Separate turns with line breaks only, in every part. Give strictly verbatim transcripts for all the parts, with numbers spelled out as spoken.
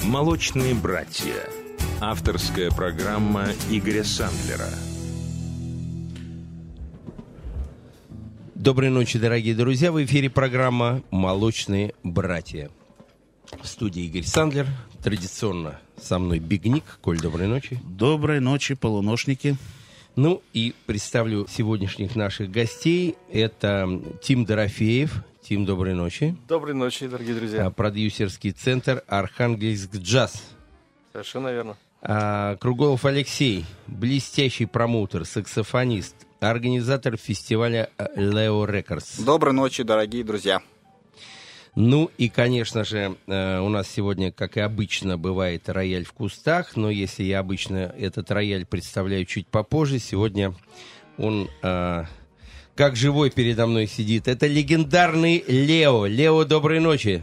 «Молочные братья». Авторская программа Игоря Сандлера.
Доброй ночи, дорогие друзья. В эфире программа «Молочные братья». В студии Игорь Сандлер. Традиционно со мной Бигник. Коль, доброй ночи.
Доброй ночи, полуношники.
Ну и представлю сегодняшних наших гостей. Это Тим Дорофеев. Тим, доброй ночи.
Доброй ночи, дорогие друзья.
Продюсерский центр «Архангельск Джаз».
Совершенно верно.
А, Круголов Алексей, блестящий промоутер, саксофонист, организатор фестиваля Leo Records.
Доброй ночи, дорогие друзья.
Ну и, конечно же, у нас сегодня, как и обычно, бывает рояль в кустах, но если я обычно этот рояль представляю чуть попозже, сегодня он э, как живой передо мной сидит. Это легендарный Лео. Лео, доброй ночи.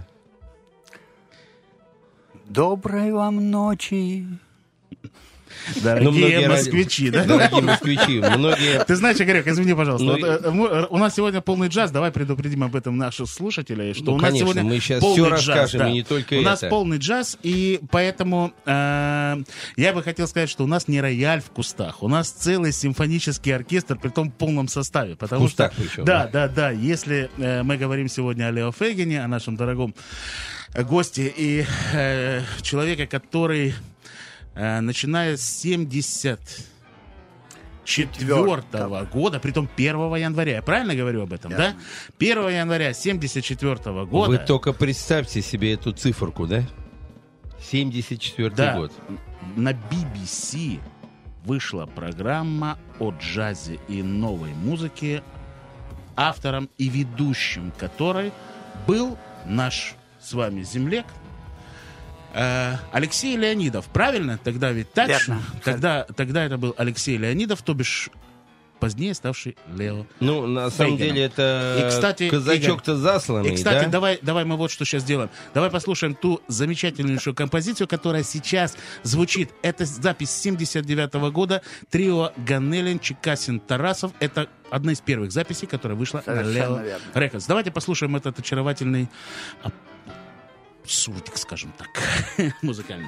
Доброй вам ночи.
Дорогие ну, москвичи,
ради... да? Дорогие москвичи, многие...
Ты знаешь, Игорек, извини, пожалуйста, ну, вот, у нас сегодня полный джаз, давай предупредим об этом наших слушателей, что
ну,
у нас
конечно,
сегодня
мы сейчас
полный
все
джаз,
расскажем,
да.
и не только
у
это.
У нас полный джаз, и поэтому э, я бы хотел сказать, что у нас не рояль в кустах, у нас целый симфонический оркестр, при том в полном составе. Потому
в кустах
что,
причем.
Да, да, да, да, если э, мы говорим сегодня о Лео Фейгене, о нашем дорогом госте и э, человеке, который... начиная с семьдесят четвёртого года, притом первого января, я правильно говорю об этом, yeah. да? первого января семьдесят четвёртого года.
Вы только представьте себе эту циферку, да? семьдесят четвёртый
да.
год.
На би би си вышла программа о джазе и новой музыке, автором и ведущим которой был наш с вами земляк Алексей Леонидов, правильно? Тогда ведь так?
Верно.
Тогда, тогда это был Алексей Леонидов, то бишь позднее ставший Лео.
Ну, на самом
Фейгеном.
деле, это
и, кстати,
казачок-то
Игорь,
засланный,
и, кстати,
да?
давай, давай мы вот что сейчас сделаем. Давай послушаем ту замечательнейшую композицию, которая сейчас звучит. Это запись семьдесят девятого года. Трио Ганелин, Чекасин, Тарасов. Это одна из первых записей, которая вышла
Совершенно
на Leo Records. Давайте послушаем этот очаровательный сурдик, скажем так, музыкальный.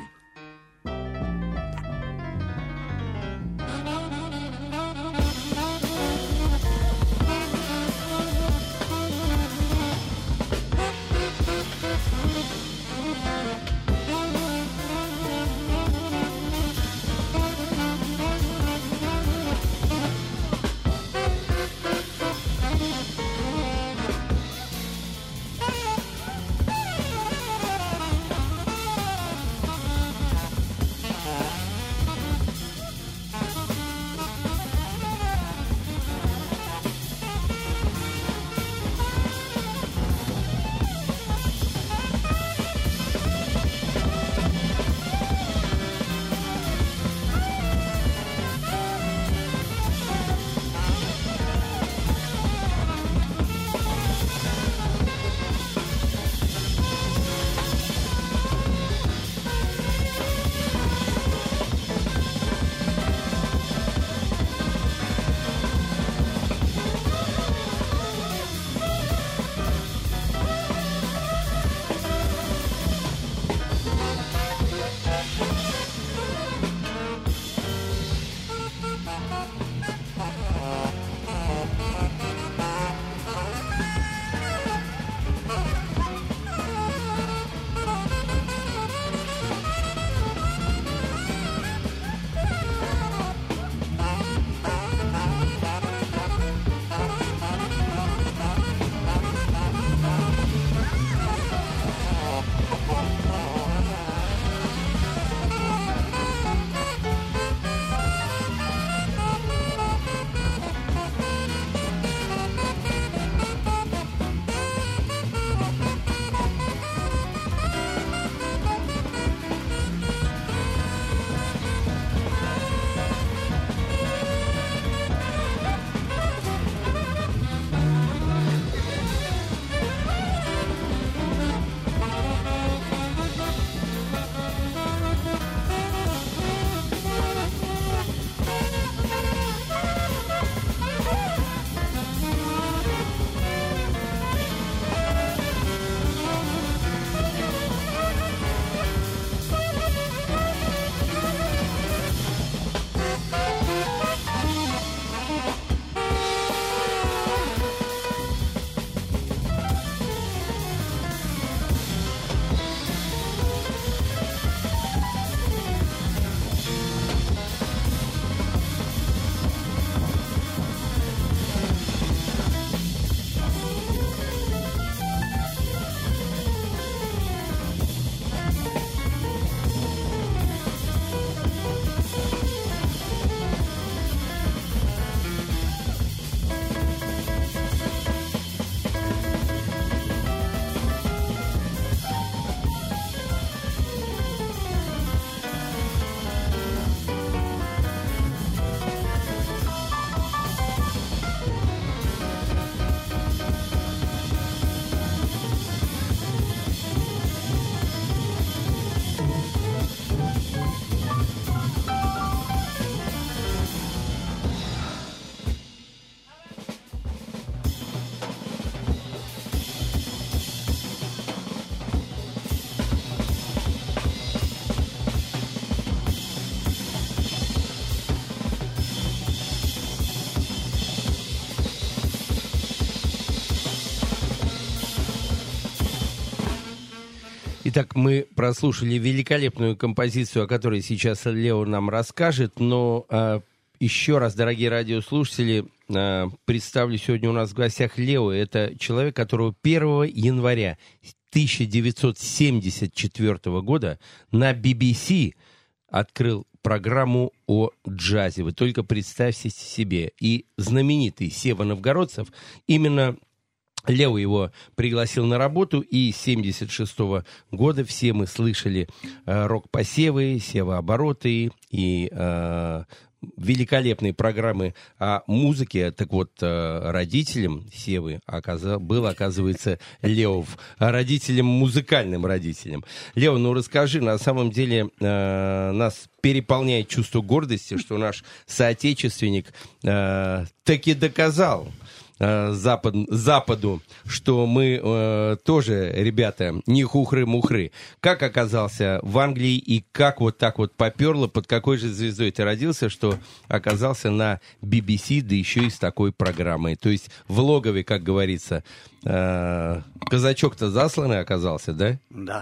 Итак, мы прослушали великолепную композицию, о которой сейчас Лео нам расскажет, но э, еще раз, дорогие радиослушатели, э, представлю, сегодня у нас в гостях Лео. Это человек, которого первого января тысяча девятьсот семьдесят четвёртого года на би би си открыл программу о джазе. Вы только представьте себе. И знаменитый Сева Новгородцев именно... Лео его пригласил на работу, и с семьдесят шестого года все мы слышали э, рок-посевы, Сева-обороты и э, великолепные программы о музыке. Так вот, э, родителем Севы оказа- был, оказывается, Лео, родителем, музыкальным родителем. Лео, ну расскажи, на самом деле э, нас переполняет чувство гордости, что наш соотечественник э, таки доказал Запад, Западу, что мы э, тоже, ребята, не хухры-мухры. Как оказался в Англии и как вот так вот поперло, под какой же звездой ты родился, что оказался на би би си, да еще и с такой программой. То есть в логове, как говорится, э, казачок-то засланный оказался, да?
Да.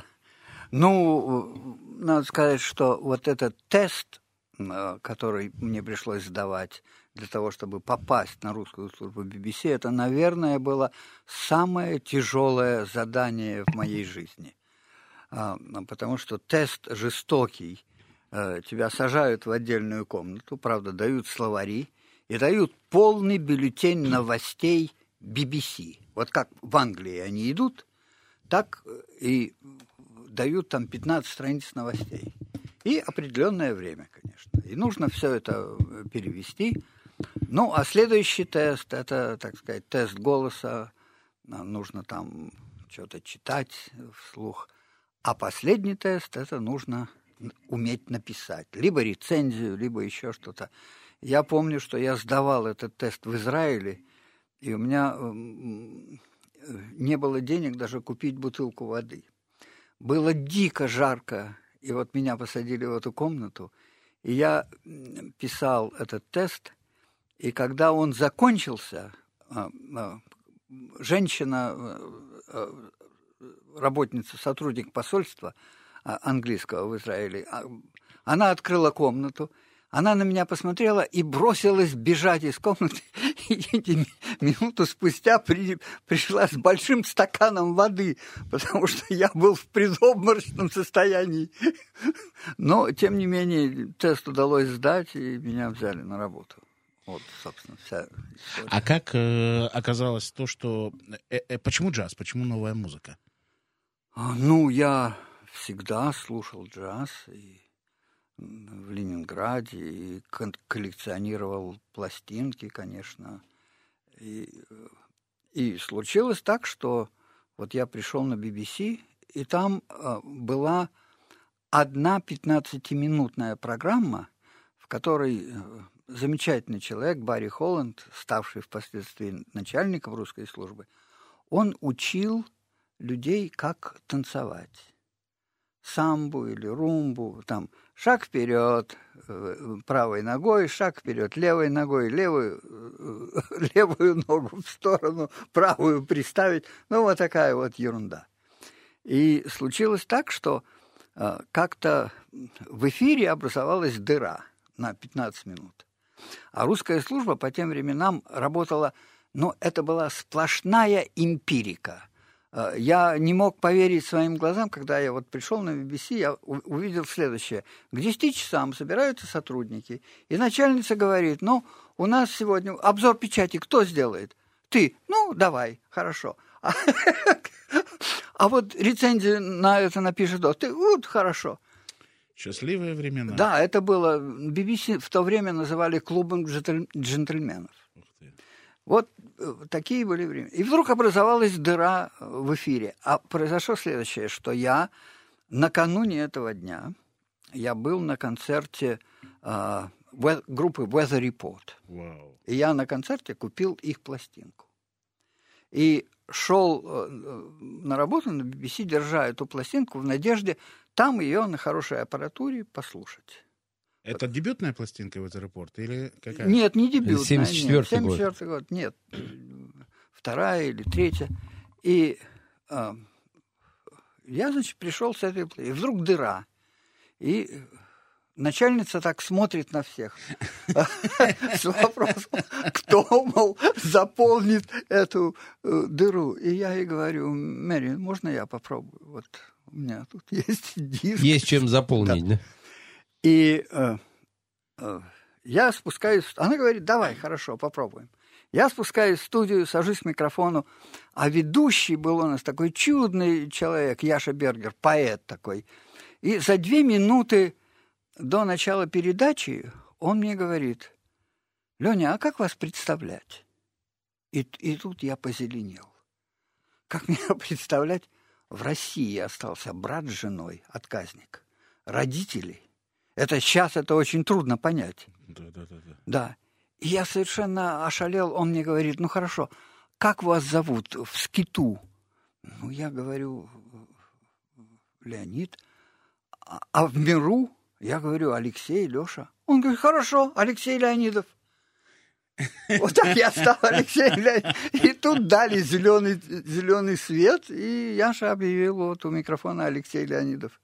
Ну, надо сказать, что вот этот тест, который мне пришлось сдавать для того, чтобы попасть на русскую службу би би си, это, наверное, было самое тяжелое задание в моей жизни. Потому что тест жестокий. Тебя сажают в отдельную комнату, правда, дают словари и дают полный бюллетень новостей би би си. Вот как в Англии они идут, так и дают там пятнадцать страниц новостей. И определенное время, конечно. И нужно все это перевести. Ну, а следующий тест, это, так сказать, тест голоса. Нужно там что-то читать вслух. А последний тест, это нужно уметь написать. Либо рецензию, либо еще что-то. Я помню, что я сдавал этот тест в Израиле, и у меня не было денег даже купить бутылку воды. Было дико жарко, и вот меня посадили в эту комнату, и я писал этот тест, и когда он закончился, женщина, работница, сотрудник посольства английского в Израиле, она открыла комнату, она на меня посмотрела и бросилась бежать из комнаты. И минуту спустя при, пришла с большим стаканом воды, потому что я был в предобморочном состоянии. Но, тем не менее, тест удалось сдать, и меня взяли на работу. Вот, собственно, вся история.
А как э, оказалось то, что... Э, э, почему джаз? Почему новая музыка?
Ну, я всегда слушал джаз и в Ленинграде, и коллекционировал пластинки, конечно. И, и случилось так, что вот я пришел на би би си, и там э, была одна пятнадцатиминутная программа, в которой э, замечательный человек, Барри Холланд, ставший впоследствии начальником русской службы, он учил людей, как танцевать. Самбу или румбу, там шаг вперед правой ногой, шаг вперед левой ногой, левую, левую ногу в сторону, правую приставить. Ну, вот такая вот ерунда. И случилось так, что э, как-то в эфире образовалась дыра на пятнадцать минут. А русская служба по тем временам работала, ну, это была сплошная эмпирика. Я не мог поверить своим глазам, когда я вот пришел на би би си, я увидел следующее. К десяти часам собираются сотрудники, и начальница говорит, ну, у нас сегодня обзор печати кто сделает? Ты. Ну, давай, хорошо. А, а вот рецензию на это напишет, ты. Вот, хорошо.
Счастливые времена.
Да, это было... би би си в то время называли клубом джентльменов. Вот такие были времена. И вдруг образовалась дыра в эфире. А произошло следующее, что я накануне этого дня, я был на концерте э, группы Weather Report.
Wow.
И я на концерте купил их пластинку. И шел э, на работу на би би си, держа эту пластинку в надежде там ее на хорошей аппаратуре послушать.
Это дебютная пластинка в «Аэропорт» или какая?
Нет, не дебютная.
семьдесят четвёртый год.
семьдесят четвёртый год. Нет, вторая или третья. И э, я, значит, пришел с этой... И вдруг дыра. И начальница так смотрит на всех с вопросом, кто, мол, заполнит эту дыру. И я ей говорю: Мэри, можно я попробую? Вот у меня тут есть диск.
Есть чем заполнить, да?
И я спускаюсь... Она говорит: давай, хорошо, попробуем. Я спускаюсь в студию, сажусь к микрофону, а ведущий был у нас такой чудный человек, Яша Бергер, поэт такой. И за две минуты до начала передачи он мне говорит: Леня, а как вас представлять? И, и тут я позеленел. Как меня представлять? В России остался брат с женой, отказник. Родители. Это сейчас это очень трудно понять.
Да, да, да, да.
Да. И я совершенно ошалел. Он мне говорит: ну хорошо, как вас зовут в скиту? Ну, я говорю: Леонид. А, а в миру? Я говорю: Алексей, Леша. Он говорит: хорошо, Алексей Леонидов. Вот так я стал Алексеем Леонидовым. И тут дали зеленый, зеленый свет, и Яша объявил вот у микрофона Алексей Леонидов.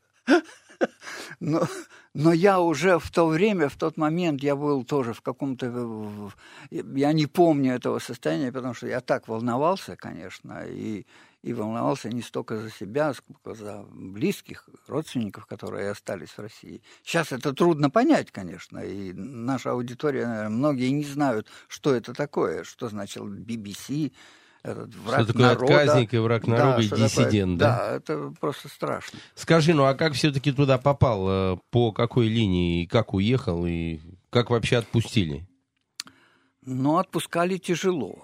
Но, но я уже в то время, в тот момент, я был тоже в каком-то... Я не помню этого состояния, потому что я так волновался, конечно, и, и волновался не столько за себя, сколько за близких, родственников, которые остались в России. Сейчас это трудно понять, конечно, и наша аудитория, наверное, многие не знают, что это такое, что значил би би си, этот враг
что такое
народа.
Отказник и враг народа,
да,
и диссидент,
такое,
да?
Да, это просто страшно.
Скажи, ну а как все-таки туда попал? По какой линии? И как уехал? И как вообще отпустили?
Ну, отпускали тяжело.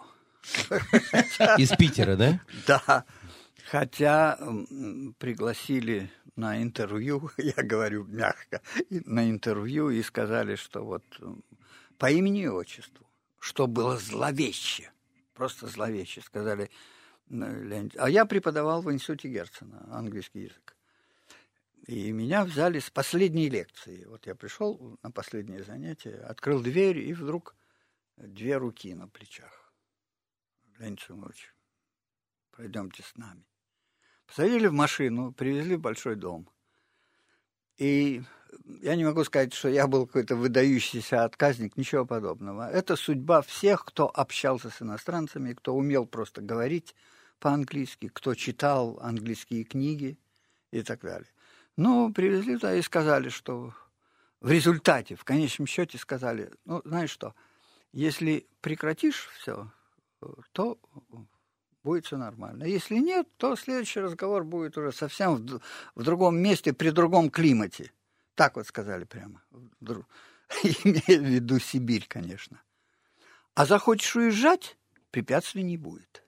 Из Питера, да?
Да. Хотя пригласили на интервью, я говорю мягко, на интервью и сказали, что вот по имени и отчеству, что было зловеще. Просто зловеще. Сказали: Леонид. А я преподавал в институте Герцена английский язык. И меня взяли с последней лекции. Вот я пришел на последнее занятие, открыл дверь, и вдруг две руки на плечах. Леонид Семенович, пройдемте с нами. Посадили в машину, привезли в большой дом. И я не могу сказать, что я был какой-то выдающийся отказник, ничего подобного. Это судьба всех, кто общался с иностранцами, кто умел просто говорить по-английски, кто читал английские книги и так далее. Ну, привезли туда и сказали, что в результате, в конечном счете сказали: ну, знаешь что, если прекратишь все, то будет все нормально. Если нет, то следующий разговор будет уже совсем в, в другом месте, при другом климате. Так вот сказали прямо. Имея в виду Сибирь, конечно. А захочешь уезжать, препятствий не будет.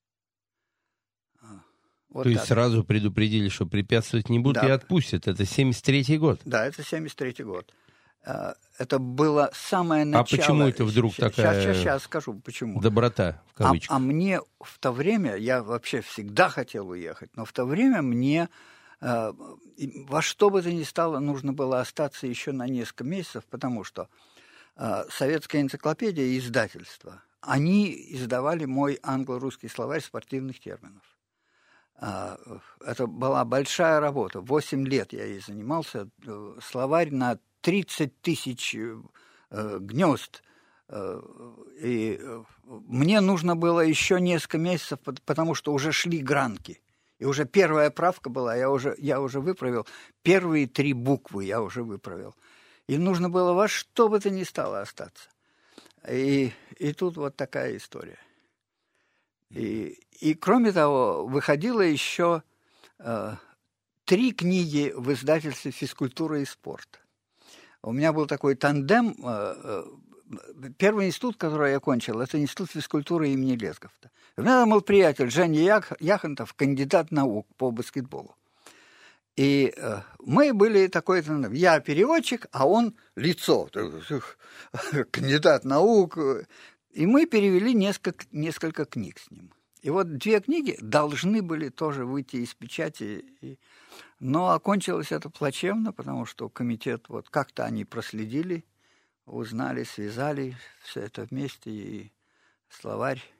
Вот
То
так.
есть сразу предупредили, что препятствовать не будут, да, и отпустят. Это семьдесят третий год.
Да, это семьдесят третий год. Это было самое начало.
А почему это вдруг
сейчас,
такая
сейчас, сейчас скажу, почему.
Доброта, в кавычках.
А, а мне в то время, я вообще всегда хотел уехать, но в то время мне э, во что бы то ни стало нужно было остаться еще на несколько месяцев, потому что э, Советская энциклопедия и издательство, они издавали мой англо-русский словарь спортивных терминов. Э, это была большая работа. Восемь лет я ей занимался. Словарь на тридцать тысяч э, гнезд. Э, и э, мне нужно было еще несколько месяцев, потому что уже шли гранки. И уже первая правка была, я уже, я уже выправил. Первые три буквы я уже выправил. И нужно было во что бы то ни стало остаться. И, и тут вот такая история. И, и кроме того, выходило еще э, три книги в издательстве «Физкультура и спорт». У меня был такой тандем. Первый институт, который я кончил, это институт физкультуры имени Лесговта. У меня был приятель Женя Яхонтов, кандидат наук по баскетболу. И мы были такой тандем. Я переводчик, а он лицо, кандидат наук. И мы перевели несколько, несколько книг с ним. И вот две книги должны были тоже выйти из печати. Но окончилось это плачевно, потому что комитет, вот как-то они проследили, узнали, связали все это вместе, и словарь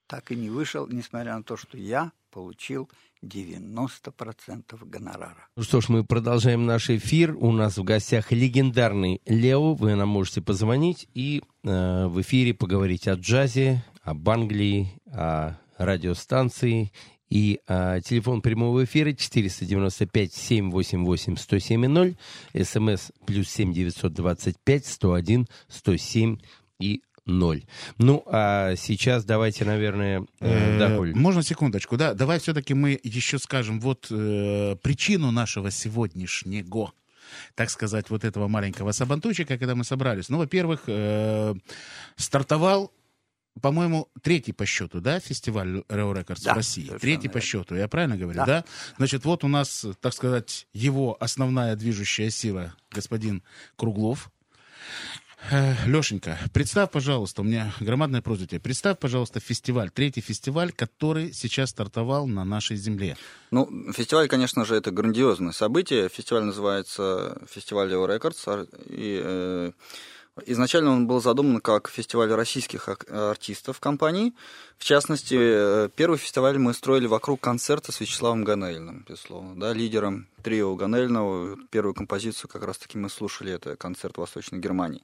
так и не вышел, несмотря на то, что я получил девяносто процентов гонорара.
Ну что ж, мы продолжаем наш эфир. У нас в гостях легендарный Лео. Вы нам можете позвонить и э, в эфире поговорить о джазе, об Англии, о радиостанции. И э, телефон прямого эфира четыреста девяносто пять семь восемь восемь сто семь ноль, смс плюс семь девятьсот двадцать пять сто один сто семь и ноль. Ну, а сейчас давайте, наверное, э, да, Коль.
Можно секундочку, да? Давай все-таки мы еще скажем вот э, причину нашего сегодняшнего, так сказать, вот этого маленького сабантуйчика, когда мы собрались. Ну, во-первых, э, стартовал, по-моему, третий по счету, да, фестиваль Leo Records
да,
в России? Третий
верно.
по счету, я правильно говорю, да.
Да.
да? Значит, вот у нас, так сказать, его основная движущая сила, господин Круглов. Лешенька, представь, пожалуйста, у меня громадная просьба тебе, представь, пожалуйста, фестиваль, третий фестиваль, который сейчас стартовал на нашей земле.
Ну, фестиваль, конечно же, это грандиозное событие. Фестиваль называется фестиваль Leo Records. И, э, изначально он был задуман как фестиваль российских артистов компаний. В частности, первый фестиваль мы строили вокруг концерта с Вячеславом Ганелиным, безусловно, да, лидером трио Ганелиного. Первую композицию как раз-таки мы слушали, это концерт в Восточной Германии.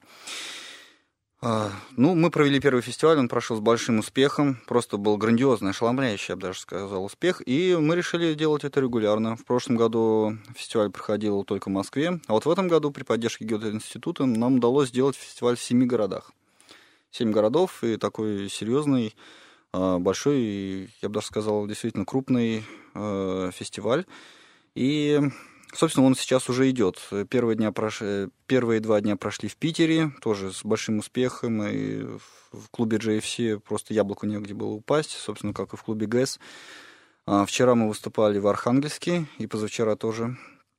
Ну, мы провели первый фестиваль, он прошел с большим успехом, просто был грандиозный, ошеломляющий, я бы даже сказал, успех, и мы решили делать это регулярно. В прошлом году фестиваль проходил только в Москве, а вот в этом году при поддержке Гёте-института нам удалось сделать фестиваль в семи городах. Семь городов, и такой серьезный, большой, я бы даже сказал, действительно крупный фестиваль. И, собственно, он сейчас уже идет. Первые, дня прош... Первые два дня прошли в Питере, тоже с большим успехом. И в клубе джей эф си просто яблоку негде было упасть, собственно, как и в клубе ГЭС. Вчера мы выступали в Архангельске, и позавчера тоже.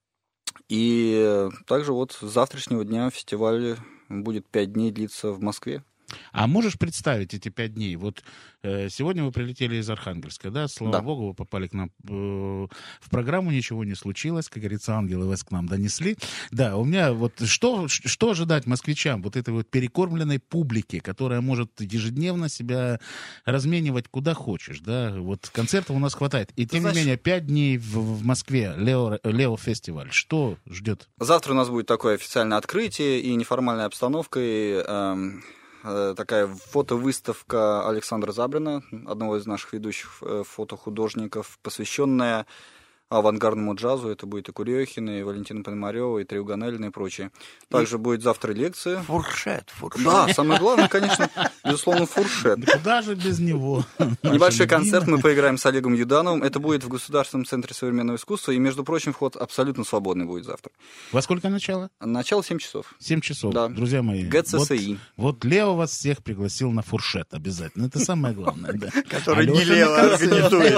И также вот с завтрашнего дня фестиваль будет пять дней длиться в Москве.
А можешь представить эти пять дней? Вот э, сегодня вы прилетели из Архангельска, да? Слава
да.
Богу, вы попали к нам э, в программу, ничего не случилось, как говорится, ангелы вас к нам донесли. Да, у меня вот что, что ожидать москвичам, вот этой вот перекормленной публики, которая может ежедневно себя разменивать куда хочешь, да? Вот концертов у нас хватает. И тем Знаешь, не менее, пять дней в, в Москве, Leo, Leo фестиваль. Что ждет?
Завтра у нас будет такое официальное открытие и неформальная обстановка, и... Эм... такая фотовыставка Александра Забрина, одного из наших ведущих фотохудожников, посвященная авангардному джазу. Это будет и Курехин, и Валентина Пономарева, и Трио Ганелина, и прочее. Также и... будет завтра лекция.
Фуршет, фуршет.
Да, самое главное, конечно, безусловно, фуршет.
Да куда же без него?
Небольшой концерт мы поиграем с Олегом Юдановым. Это будет в Государственном центре современного искусства. И, между прочим, вход абсолютно свободный будет завтра.
Во сколько начало?
Начало семь часов.
семь часов,
да.
Друзья мои.
ГЦСИ.
Вот, вот Лео вас всех пригласил на фуршет обязательно. Это самое главное.
Который не Лео организует.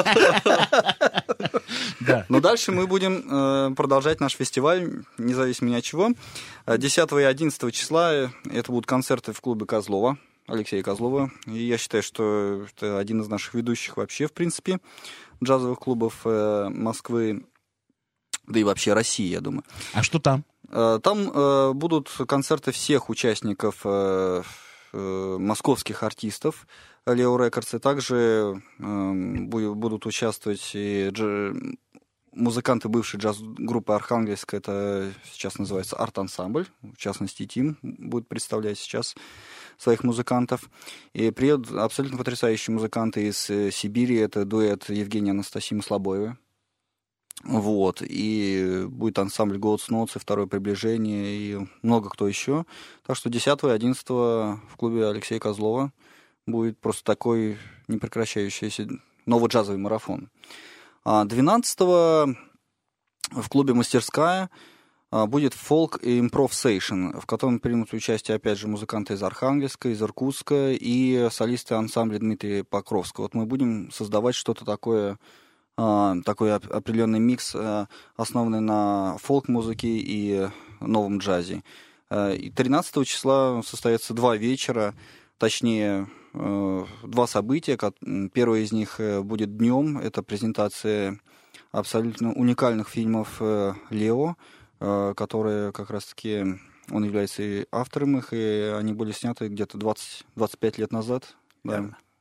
Да.
Но дальше мы будем э, продолжать наш фестиваль, независимо ни от чего. десятого и одиннадцатого числа это будут концерты в клубе Козлова, Алексея Козлова. И я считаю, что это один из наших ведущих вообще, в принципе, джазовых клубов э, Москвы, да и вообще России, я думаю.
А что там?
Э, там э, будут концерты всех участников э, э, московских артистов Leo Records, и также э, будут участвовать и дж... музыканты бывшей джаз-группы Архангельск, это сейчас называется арт-ансамбль, в частности, Тим будет представлять сейчас своих музыкантов. И приедут абсолютно потрясающие музыканты из Сибири, это дуэт Евгения Анастасии Маслобоевой. Вот, и будет ансамбль Goats Notes, Второе приближение, и много кто еще. Так что десятого и одиннадцатого в клубе Алексея Козлова будет просто такой непрекращающийся новый джазовый марафон. двенадцатого в клубе «Мастерская» будет фолк и импровсейшн, в котором примут участие, опять же, музыканты из Архангельска, из Иркутска и солисты ансамбля Дмитрия Покровского. Вот мы будем создавать что-то такое, такой определенный микс, основанный на фолк-музыке и новом джазе. И тринадцатого числа состоятся два вечера, точнее, два события. Первое из них будет днем. Это презентация абсолютно уникальных фильмов Лео, которые как раз-таки он является и автором их, и они были сняты где-то двадцать-двадцать пять лет назад. Да.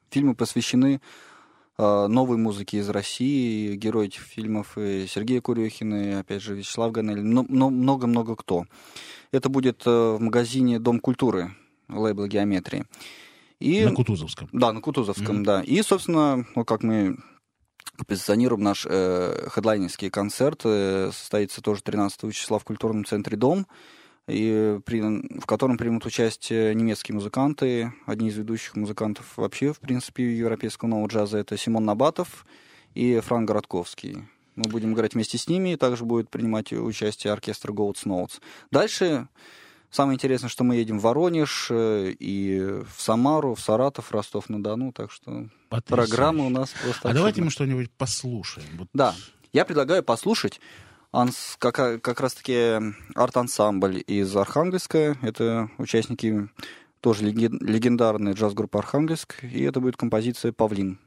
Фильмы посвящены новой музыке из России. Герои этих фильмов и Сергей Курехин, и, опять же, Вячеслав Ганелин, много-много кто. Это будет в магазине «Дом культуры», лейбла «Геометрии». И,
на Кутузовском. Да,
на Кутузовском, mm-hmm. да. И, собственно, ну, как мы позиционируем наш э, хедлайнерский концерт, э, состоится тоже тринадцатого числа в культурном центре «Дом», и при, в котором примут участие немецкие музыканты. Одни из ведущих музыкантов вообще, в принципе, европейского нового джаза — это Симон Набатов и Франк Городковский. Мы будем играть вместе с ними, и также будет принимать участие оркестр Goats Notes. Дальше самое интересное, что мы едем в Воронеж и в Самару, в Саратов, Ростов-на-Дону, так что потрясающе. Программа у нас просто...
А давайте мы что-нибудь послушаем. Вот.
Да, я предлагаю послушать Анс, как, как раз-таки арт-ансамбль из Архангельска. Это участники тоже легендарной джаз-группы «Архангельск». И это будет композиция «Павлин».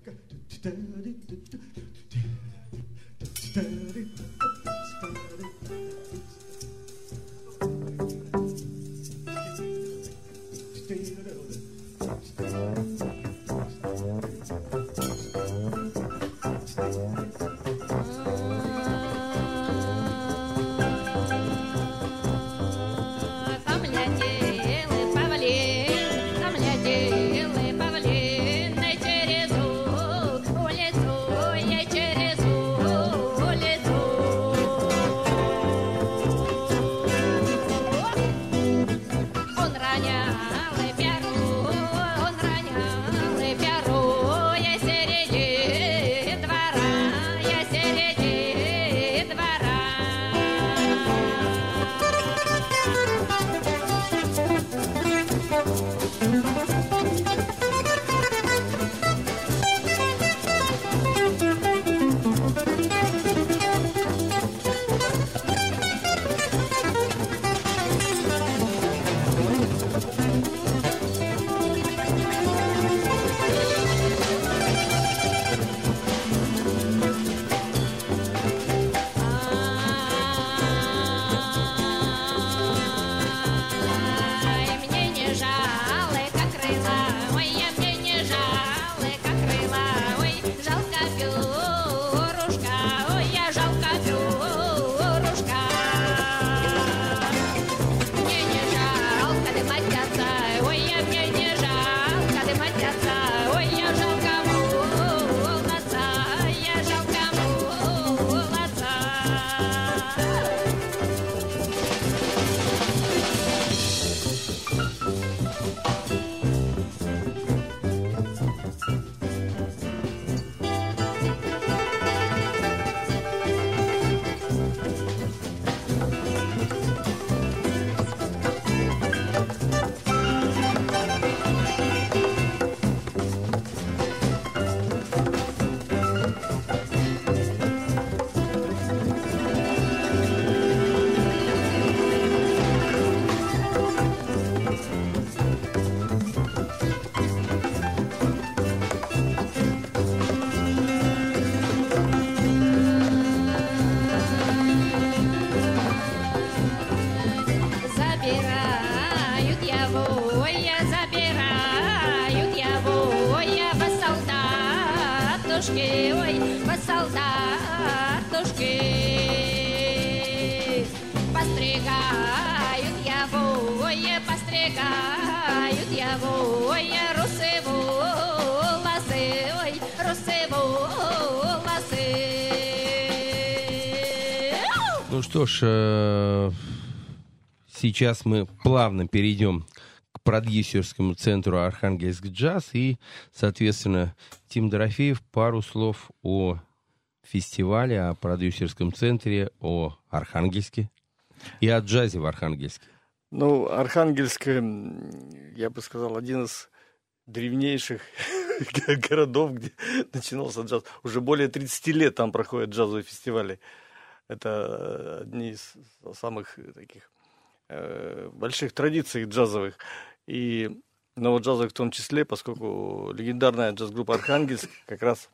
Ну что ж, сейчас мы плавно перейдем к продюсерскому центру «Архангельск Джаз», и, соответственно, Тим Дорофеев пару слов о фестивале, о продюсерском центре, о Архангельске и о джазе в Архангельске.
Ну, Архангельск, я бы сказал, один из древнейших городов, где начинался джаз. Уже более тридцать лет там проходят джазовые фестивали. Это одни из самых таких э, больших традиций джазовых. И новоджазовых в том числе, поскольку легендарная джаз-группа «Архангельск» как раз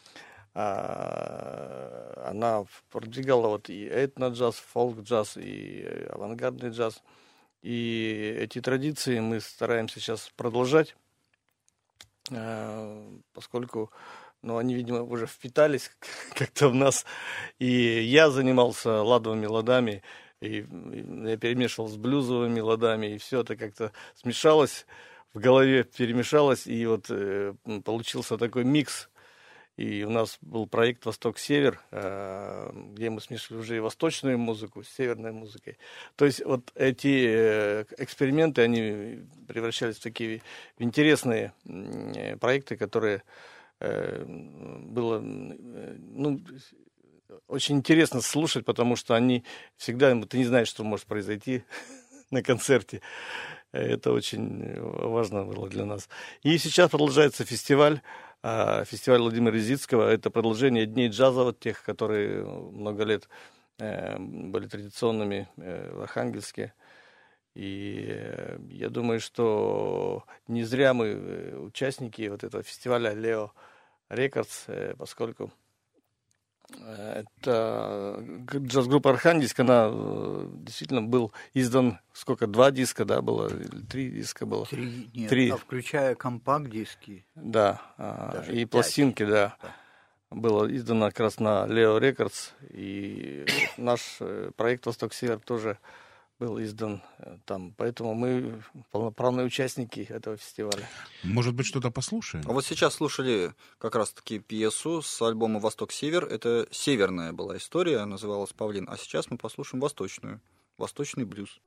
а, она продвигала вот и этно-джаз, фолк-джаз, и авангардный джаз. И эти традиции мы стараемся сейчас продолжать. поскольку ну, они, видимо, уже впитались как-то в нас. И я занимался ладовыми ладами, и я перемешивал с блюзовыми ладами, и все это как-то смешалось в голове, перемешалось, и вот э, получился такой микс. И у нас был проект «Восток-Север», э, где мы смешивали уже и восточную музыку с северной музыкой. То есть вот эти э, эксперименты, они превращались в такие в интересные э, проекты, которые э, было э, ну, очень интересно слушать, потому что они всегда, ты не знаешь, что может произойти на концерте. Это очень важно было для нас. И сейчас продолжается фестиваль. Фестиваль Владимира Ризицкого. Это продолжение Дней джаза, вот тех, которые много лет э, были традиционными э, в Архангельске. И э, я думаю, что не зря мы участники вот этого фестиваля Leo Records, э, поскольку это джаз-группа «Архангельск», она действительно был издан, сколько, два диска, да, было, или три диска было?
Три, нет,
три.
А включая компакт-диски.
Да,
Даже
и
пять.
пластинки, да.
Да.
Было издано как раз на Leo Records, и наш проект «Восток-Север» тоже был издан там. Поэтому мы полноправные участники этого фестиваля.
Может быть, что-то послушаем?
А вот сейчас слушали как раз-таки пьесу с альбома «Восток-Север». Это северная была история, называлась «Павлин». А сейчас мы послушаем восточную, восточный блюз.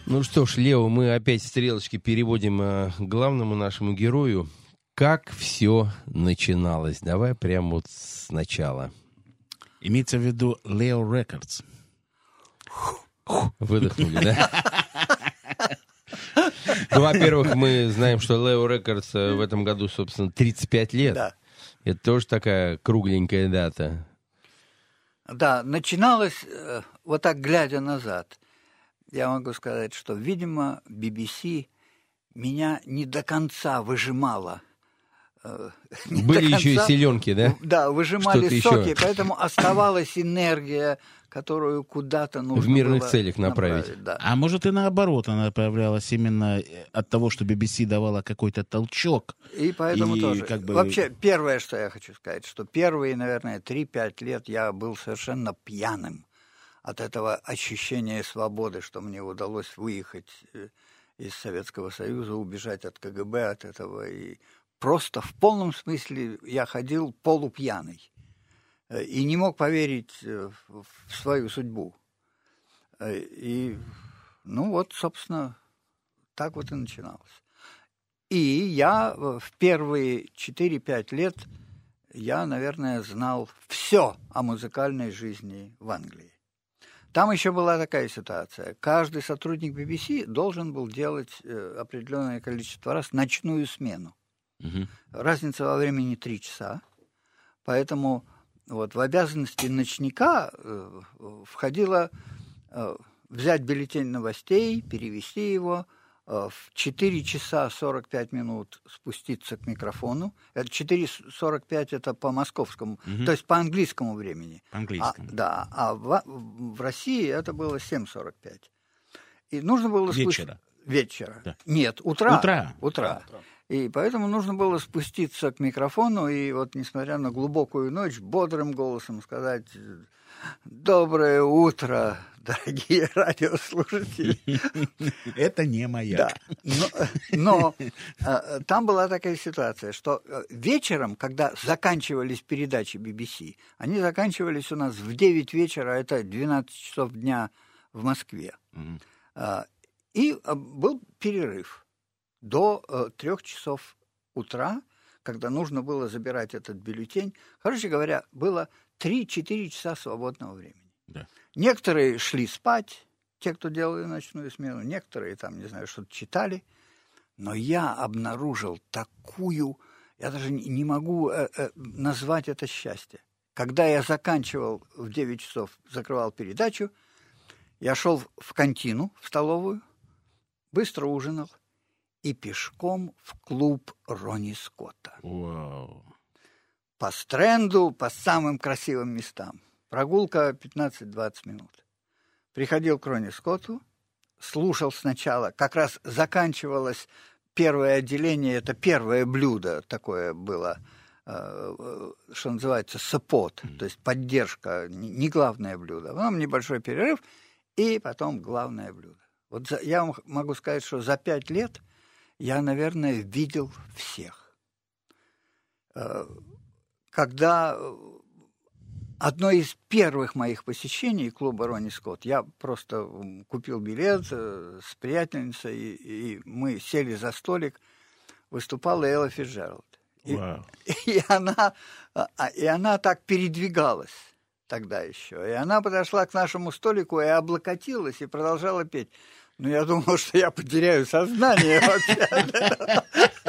Ну что ж, Лео, мы опять стрелочки переводим э, к главному нашему герою. Как все начиналось? Давай прямо вот сначала.
Имеется в виду Leo Records.
Выдохнули, да? Ну, во-первых, мы знаем, что Leo Records в этом году, собственно, тридцать пять лет.
Да.
Это тоже такая кругленькая дата.
Да, начиналось, э, вот так глядя назад, я могу сказать, что, видимо, би би си меня не до конца выжимала. э, не
Были
до
еще и
конца,
селенки, да?
Да, выжимали
Что-то
соки,
еще.
поэтому оставалась энергия, которую куда-то нужно
В мирных
было
целях направить.
да.
А может и наоборот, она появлялась именно от того, что би би си давала какой-то толчок.
И поэтому
И
тоже.
как бы-
Вообще, первое, что я хочу сказать, что первые, наверное, три-пять лет я был совершенно пьяным от этого ощущения свободы, что мне удалось выехать э, из Советского Союза, убежать от ка гэ бэ, от этого. И просто в полном смысле я ходил полупьяный э, и не мог поверить э, в в свою судьбу. Э, И, ну вот, собственно, так вот и начиналось. И я э, в первые четыре-пять лет, я, наверное, знал все о музыкальной жизни в Англии. Там еще была такая ситуация. Каждый сотрудник би би си должен был делать э, определенное количество раз ночную смену.
Мгм.
Разница во времени три часа. Поэтому вот, в обязанности ночника э, входило э, взять бюллетень новостей, перевести его, э, в четыре часа сорок пять минут спуститься к микрофону. Это четыре сорок пять это по московскому,
Мгм.
то есть по английскому времени. А,
По-английски.
да, а в, в России это было семь сорок пять. И нужно было спу-
Вечера.
Вечера.
Да.
Нет, утра.
Утра.
Утра. И поэтому нужно было спуститься к микрофону и вот, несмотря на глубокую ночь, бодрым голосом сказать: «Доброе утро, дорогие радиослушатели».
Это не моя.
Да. Но, но э, там была такая ситуация, что э, вечером, когда заканчивались передачи би би си, они заканчивались у нас в девять вечера, а это двенадцать часов дня в Москве.
Мгм.
А, И а, был перерыв до э, трех часов утра, когда нужно было забирать этот бюллетень. Короче говоря, было три-четыре часа свободного времени.
Да.
Некоторые шли спать, те, кто делали ночную смену, некоторые там, не знаю, что-то читали. Но я обнаружил такую, я даже не не могу э, э, назвать это счастье. Когда я заканчивал в девять часов, закрывал передачу, я шел в кантину, в столовую, быстро ужинал и пешком в клуб Ронни Скотта.
Вау.
По Стрэнду, по самым красивым местам. Прогулка пятнадцать-двадцать минут. Приходил к Ронни Скотту, слушал сначала, как раз заканчивалось первое отделение, это первое блюдо такое было, э, что называется, support, то есть поддержка, не не главное блюдо. Потом небольшой перерыв, и потом главное блюдо. Вот за, я вам могу сказать, что за пять лет я, наверное, видел всех. Э, Когда одно из первых моих посещений клуба Ронни Скотт, я просто м, купил билет э, с приятельницей, и, и мы сели за столик, выступала Элла Фицджеральд. И,
Вау.
и, она, а, а, и она так передвигалась тогда еще. И она подошла к нашему столику и облокотилась, и продолжала петь. Ну, я думал, что я потеряю сознание вообще.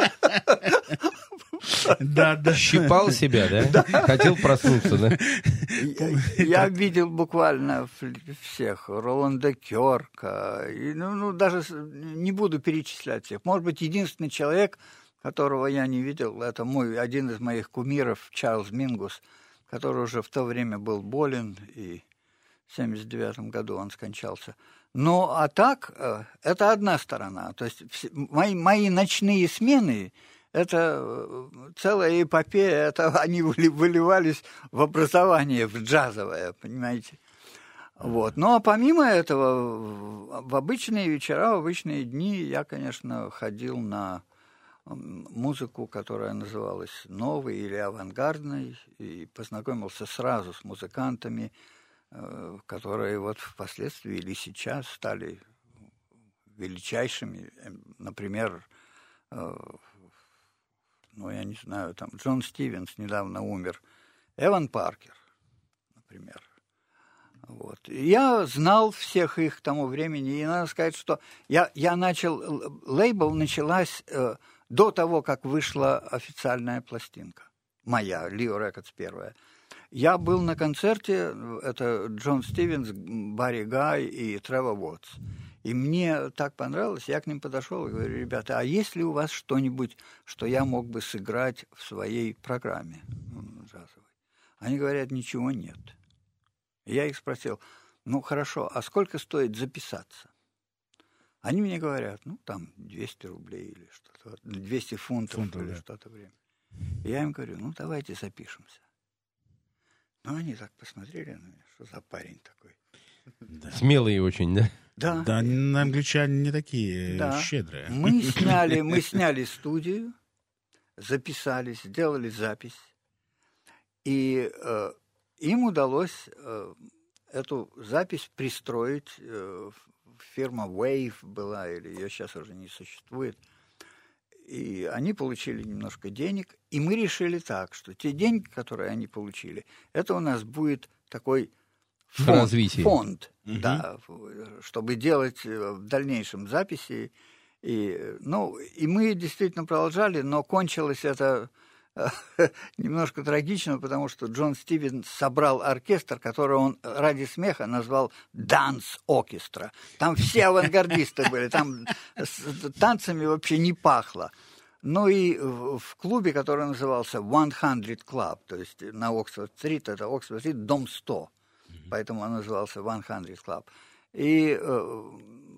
Да, да.
Щипал себя, да? Хотел проснуться, да?
Я, я видел буквально фл- всех. Роланда Кёрка. И, ну, ну, даже с- не буду перечислять всех. Может быть, единственный человек, которого я не видел, это мой, один из моих кумиров, Чарльз Мингус, который уже в то время был болен, и в семьдесят девятом году он скончался. Ну, а так, э, это одна сторона. То есть все- мои, мои ночные смены, это э, целая эпопея, это они выли- выливались в образование, в джазовое, понимаете. Вот. Ну, а помимо этого, в в обычные вечера, в обычные дни я, конечно, ходил на м, музыку, которая называлась новой или авангардной, и познакомился сразу с музыкантами, э, которые вот впоследствии или сейчас стали величайшими, например, э, ну, я не знаю, там, Джон Стивенс недавно умер, Эван Паркер, например. Вот. Я знал всех их к тому времени, и надо сказать, что я, я начал, лейбл началась э, до того, как вышла официальная пластинка моя, Leo Records первая. Я был на концерте, это Джон Стивенс, Барри Гай и Тревор Уотс. И мне так понравилось, я к ним подошел и говорю: ребята, а есть ли у вас что-нибудь, что я мог бы сыграть в своей программе джазовой? Они говорят: ничего нет. Я их спросил: ну хорошо, а сколько стоит записаться? Они мне говорят: ну там двести рублей или что-то, двести фунтов, фунтов или да. что-то время. И я им говорю: ну давайте запишемся. Ну они так посмотрели на меня, что за парень такой.
Да. Смелые очень, да?
Да.
Да, англичане не такие
да.
щедрые.
Мы сняли, мы сняли студию, записались, сделали запись, и э, им удалось э, эту запись пристроить. Э, фирма Wave была, или ее сейчас уже не существует. И они получили немножко денег, и мы решили так, что те деньги, которые они получили, это у нас будет такой фонд, фонд угу. да, чтобы делать в дальнейшем записи. И, ну, и мы действительно продолжали, но кончилось это немножко трагично, потому что Джон Стивенс собрал оркестр, который он ради смеха назвал «Данс Оркестра». Там все авангардисты были, там с танцами вообще не пахло. Ну и в клубе, который назывался сто Club, то есть на Оксфорд-стрит, это Оксфорд-стрит, дом сто, поэтому он назывался сто Club. И э,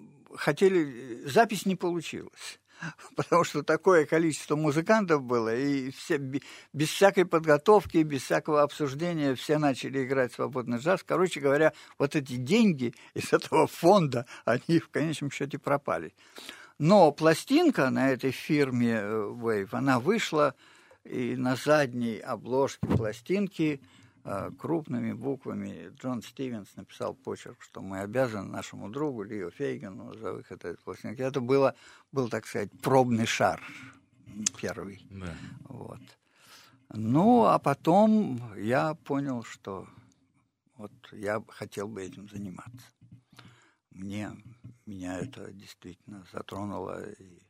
хотели, запись не получилась. Потому что такое количество музыкантов было, и все без всякой подготовки, без всякого обсуждения все начали играть свободный джаз. Короче говоря, вот эти деньги из этого фонда, они в конечном счете пропали. Но пластинка на этой фирме Wave, она вышла, и на задней обложке пластинки крупными буквами Джон Стивенс написал почерк, что мы обязаны нашему другу Лио Фейгену за выход этой пластинки. Это было, был, так сказать, пробный шар первый. Да. Вот. Ну, а потом я понял, что вот я хотел бы этим заниматься. Мне, меня это действительно затронуло. И,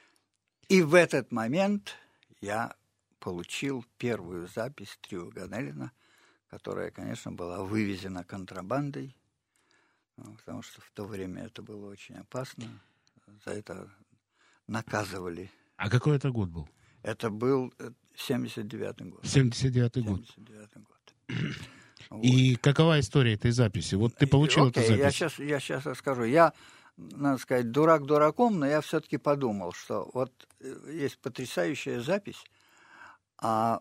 и в этот момент я получил первую запись трио Ганнеллена, которая, конечно, была вывезена контрабандой, потому что в то время это было очень опасно. За это наказывали.
А какой это год был?
Это был семьдесят девятый год.
семьдесят девятый год.
семьдесят девятый год. Вот.
И какова история этой записи? Вот ты получил
Окей,
эту запись.
Я сейчас, я сейчас расскажу. Я, надо сказать, дурак дураком, но я все-таки подумал, что вот есть потрясающая запись, а...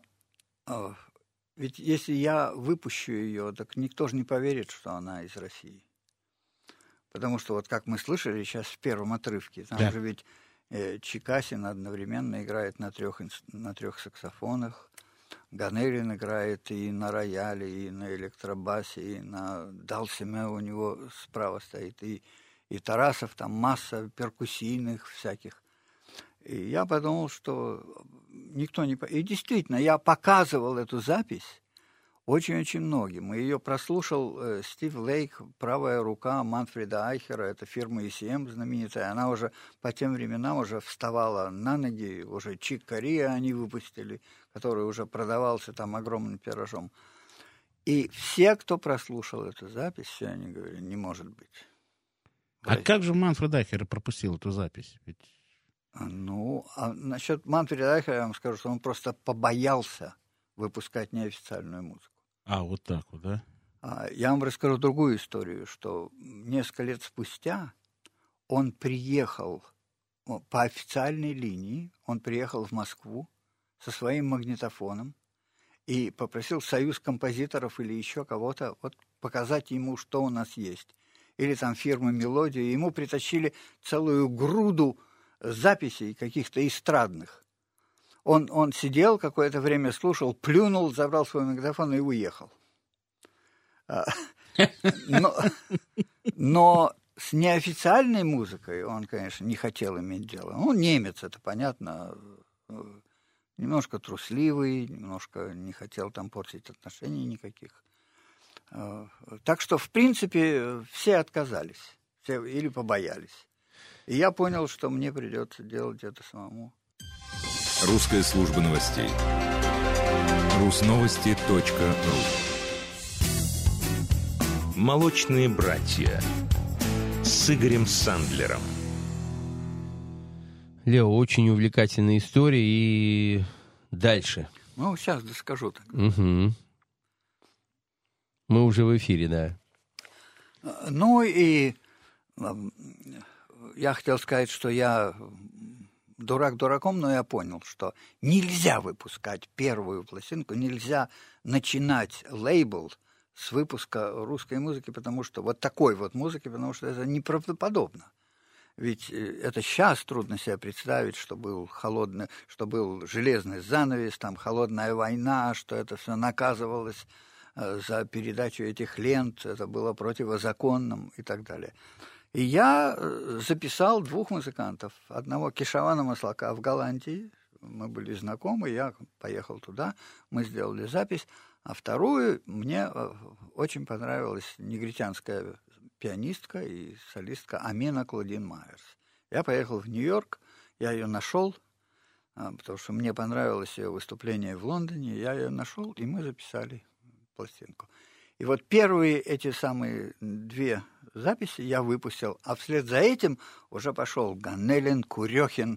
Ведь если я выпущу ее, так никто же не поверит, что она из России. Потому что, вот как мы слышали сейчас в первом отрывке, там да. же ведь э, Чикасин одновременно играет на трех, на трех саксофонах, Ганнеллен играет и на рояле, и на электробасе, и на далсиме у него справа стоит, и, и Тарасов, там масса перкуссийных всяких. И я подумал, что никто не... И действительно, я показывал эту запись очень-очень многим. И ее прослушал э, Стив Лейк, правая рука Манфреда Айхера, это фирма и си эм знаменитая. Она уже по тем временам уже вставала на ноги, уже Чик Кориа они выпустили, который уже продавался там огромным тиражом. И все, кто прослушал эту запись, все они говорили: не может быть.
А Ой. Как же Манфред Айхер пропустил эту запись? Ведь...
Ну, а насчет Манфреда Айхера я вам скажу, что он просто побоялся выпускать неофициальную музыку.
А, вот так вот, да?
А, я вам расскажу другую историю, что несколько лет спустя он приехал по официальной линии, он приехал в Москву со своим магнитофоном и попросил союз композиторов или еще кого-то вот показать ему, что у нас есть. Или там фирма «Мелодия». Ему притащили целую груду записей каких-то эстрадных. Он, он сидел, какое-то время слушал, плюнул, забрал свой магнитофон и уехал. Но, но с неофициальной музыкой он, конечно, не хотел иметь дело. Он немец, это понятно, немножко трусливый, немножко не хотел там портить отношений никаких. Так что, в принципе, все отказались, все или побоялись. И я понял, что мне придется делать это самому.
Русская служба новостей. русновости точка ру. Молочные братья с Игорем Сандлером.
Лео, очень увлекательная история. И дальше.
Ну, сейчас доскажу так.
Угу. Мы уже в эфире, да.
Ну и я хотел сказать, что я дурак дураком, но я понял, что нельзя выпускать первую пластинку, нельзя начинать лейбл с выпуска русской музыки, потому что вот такой вот музыки, потому что это неправдоподобно. Ведь это сейчас трудно себе представить, что был холодный, что был железный занавес, там холодная война, что это все наказывалось за передачу этих лент, это было противозаконным и так далее. И я записал двух музыкантов. Одного Кешавана Маслака в Голландии, мы были знакомы, я поехал туда, мы сделали запись. А вторую мне очень понравилась негритянская пианистка и солистка Амина Клодин Майерс. Я поехал в Нью-Йорк, я ее нашел, потому что мне понравилось ее выступление в Лондоне, я ее нашел, и мы записали пластинку. И вот первые эти самые две записи я выпустил, а вслед за этим уже пошел Ганнелин, Курехин.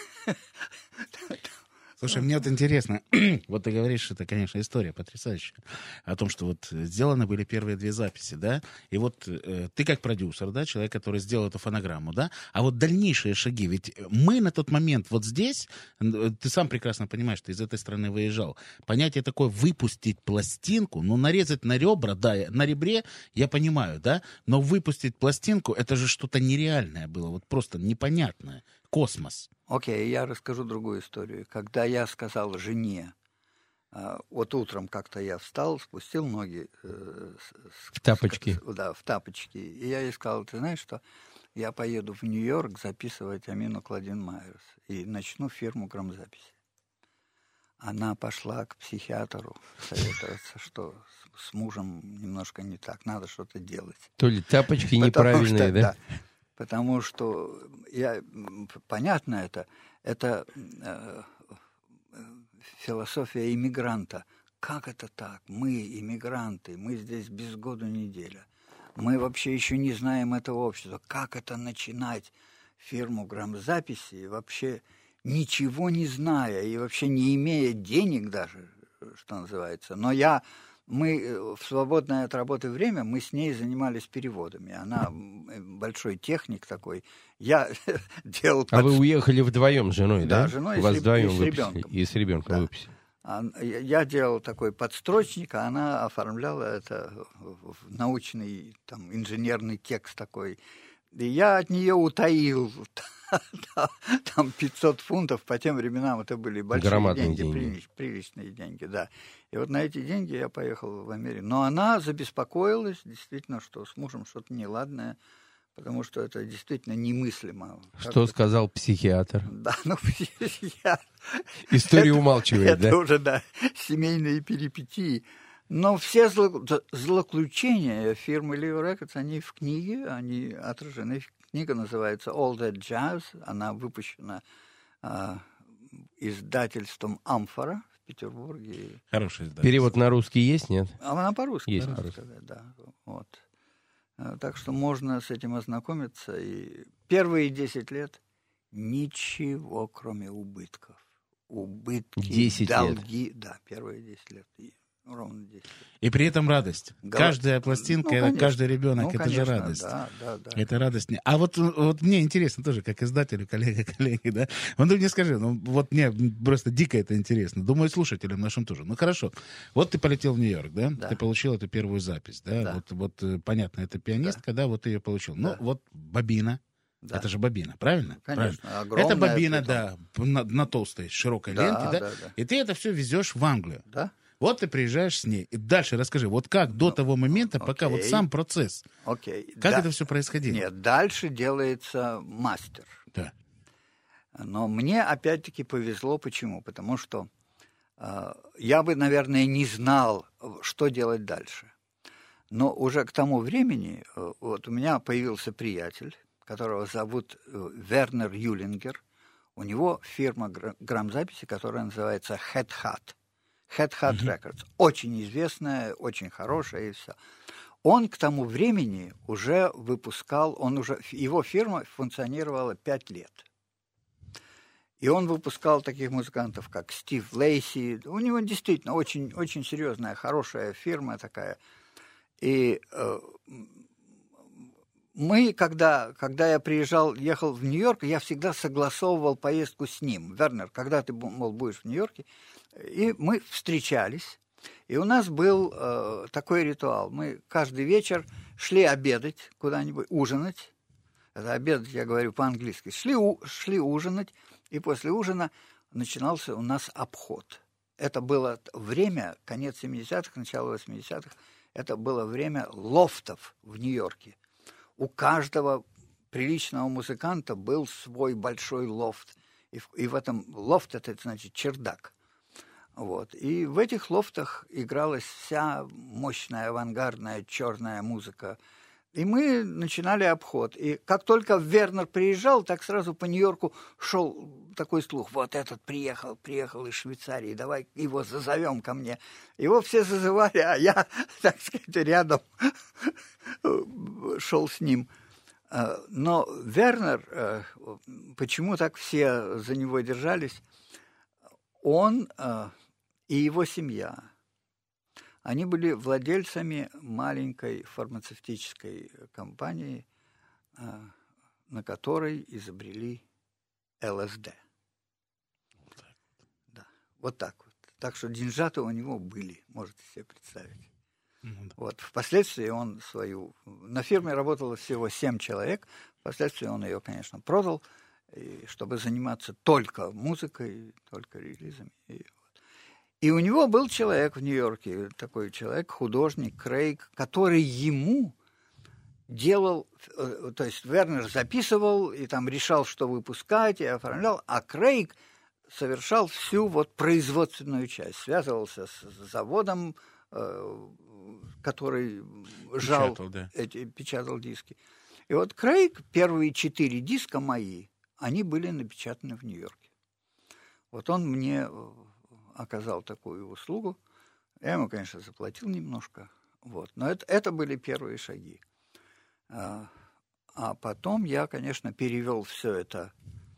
Слушай, мне вот интересно, вот ты говоришь, это, конечно, история потрясающая, о том, что вот сделаны были первые две записи, да, и вот э, ты как продюсер, да, человек, который сделал эту фонограмму, да, а вот дальнейшие шаги, ведь мы на тот момент вот здесь, ты сам прекрасно понимаешь, ты из этой страны выезжал, понятие такое выпустить пластинку, ну, нарезать на ребра, да, на ребре, я понимаю, да, но выпустить пластинку, это же что-то нереальное было, вот просто непонятное, космос.
Окей, okay, я расскажу другую историю. Когда я сказал жене, э, вот утром как-то я встал, спустил ноги. Э,
в тапочки.
С, да, в тапочки. И я ей сказал, ты знаешь что, я поеду в Нью-Йорк записывать Амину Клодин Майерс и начну фирму грамзаписи. Она пошла к психиатру советоваться, что с, с мужем немножко не так, надо что-то делать.
То ли тапочки неправильные, да?
да? Потому что, я, понятно это, это э, философия иммигранта. Как это так? Мы иммигранты, мы здесь без году неделя. Мы вообще еще не знаем этого общества. Как это начинать фирму грамзаписи, вообще ничего не зная и вообще не имея денег даже, что называется. Но я... Мы в свободное от работы время, мы с ней занимались переводами. Она большой техник такой. Я делал...
А под... вы уехали вдвоем с женой, да?
Да, с женой
Вас
и,
вдвоем
и с ребенком.
И с ребенком
да.
выпустили.
Я делал такой подстрочник, а она оформляла это в научный, там, инженерный текст такой. И я от нее утаил там пятьсот фунтов, по тем временам это были большие
Громадные
деньги,
деньги.
приличные деньги, да. И вот на эти деньги я поехал в Америку. Но она забеспокоилась, действительно, что с мужем что-то неладное, потому что это действительно немыслимо.
Что сказал психиатр?
Да, ну, психиатр...
История умалчивает, да?
Это уже, да, семейные перипетии. Но все злоключения фирмы Leo Records, они в книге, они отражены. Книга называется All That Jazz, она выпущена э, издательством «Амфора» в Петербурге.
Хороший издательство.
Перевод на русский есть, нет?
А она по-русски.
Есть
по-русски, по-русски. Да, вот. Так что можно с этим ознакомиться. И первые десять лет ничего, кроме убытков. Убытки,
десять
долги.
Лет.
Да, первые десять лет. Ровно десять лет.
И при этом радость.
Гол...
Каждая пластинка,
ну,
каждый ребенок,
ну,
это
конечно,
же радость.
Да, да, да.
Это радость. А вот, вот мне интересно тоже, как издателю, коллега, коллеги, да? Ну, ты мне скажи, ну, вот мне просто дико это интересно. Думаю, слушателям нашим тоже. Ну, хорошо. Вот ты полетел в Нью-Йорк, да?
Да.
Ты получил эту первую запись, да?
Да.
Вот, вот, понятно, это пианистка, да, да вот ты ее получил.
Да.
Ну, вот бобина.
Да.
Это же бобина, правильно?
Конечно,
правильно. Это бобина,
цветом.
да, на, на толстой, широкой
да,
ленте, да?
да, да.
И ты это все везешь в Англию.
Да.
Вот ты приезжаешь с ней. И дальше расскажи, вот как до того момента,
окей.
пока вот сам процесс.
Окей.
Как
Да-
это все происходило?
Нет, дальше делается мастер.
Да.
Но мне опять-таки повезло. Почему? Потому что э, я бы, наверное, не знал, что делать дальше. Но уже к тому времени э, вот у меня появился приятель, которого зовут э, Вернер Юлингер. У него фирма гра- грамзаписи, которая называется Head Hat. Head Hat
Мгм.
Records. Очень известная, очень хорошая и все. Он к тому времени уже выпускал, он уже, его фирма функционировала пять лет. И он выпускал таких музыкантов, как Стив Лейси. У него действительно очень, очень серьезная, хорошая фирма такая. И э, мы, когда, когда я приезжал, ехал в Нью-Йорк, я всегда согласовывал поездку с ним. Вернер, когда ты, мол, будешь в Нью-Йорке? И мы встречались. И у нас был э, такой ритуал. Мы каждый вечер шли обедать куда-нибудь, ужинать. Это обедать, я говорю по-английски. Шли, у, шли ужинать, и после ужина начинался у нас обход. Это было время, конец семидесятых, начало восьмидесятых. Это было время лофтов в Нью-Йорке. У каждого приличного музыканта был свой большой лофт. И в, и в этом лофт, это значит чердак. Вот. И в этих лофтах игралась вся мощная авангардная черная музыка. И мы начинали обход. И как только Вернер приезжал, так сразу по Нью-Йорку шел такой слух. Вот этот приехал, приехал из Швейцарии, давай его зазовем ко мне. Его все зазывали, а я, так сказать, рядом шел с ним. Но Вернер, почему так все за него держались, он и его семья, они были владельцами маленькой фармацевтической компании, на которой изобрели эл эс дэ. Да, вот так вот. Так что деньжата у него были, можете себе представить.
Ну, да.
Вот. Впоследствии он свою... На фирме работало всего семь человек. Впоследствии он ее, конечно, продал, и, чтобы заниматься только музыкой, только релизами. И, вот. И у него был человек в Нью-Йорке, такой человек, художник Крейг, который ему делал... То есть Вернер записывал и там решал, что выпускать, и оформлял, а Крейг совершал всю вот производственную часть. Связывался с заводом, который жал,
Печатал, да.
эти, печатал диски. И вот Крейг, первые четыре диска мои, они были напечатаны в Нью-Йорке. Вот он мне оказал такую услугу. Я ему, конечно, заплатил немножко. Вот. Но это, это были первые шаги. А, а потом я, конечно, перевел все это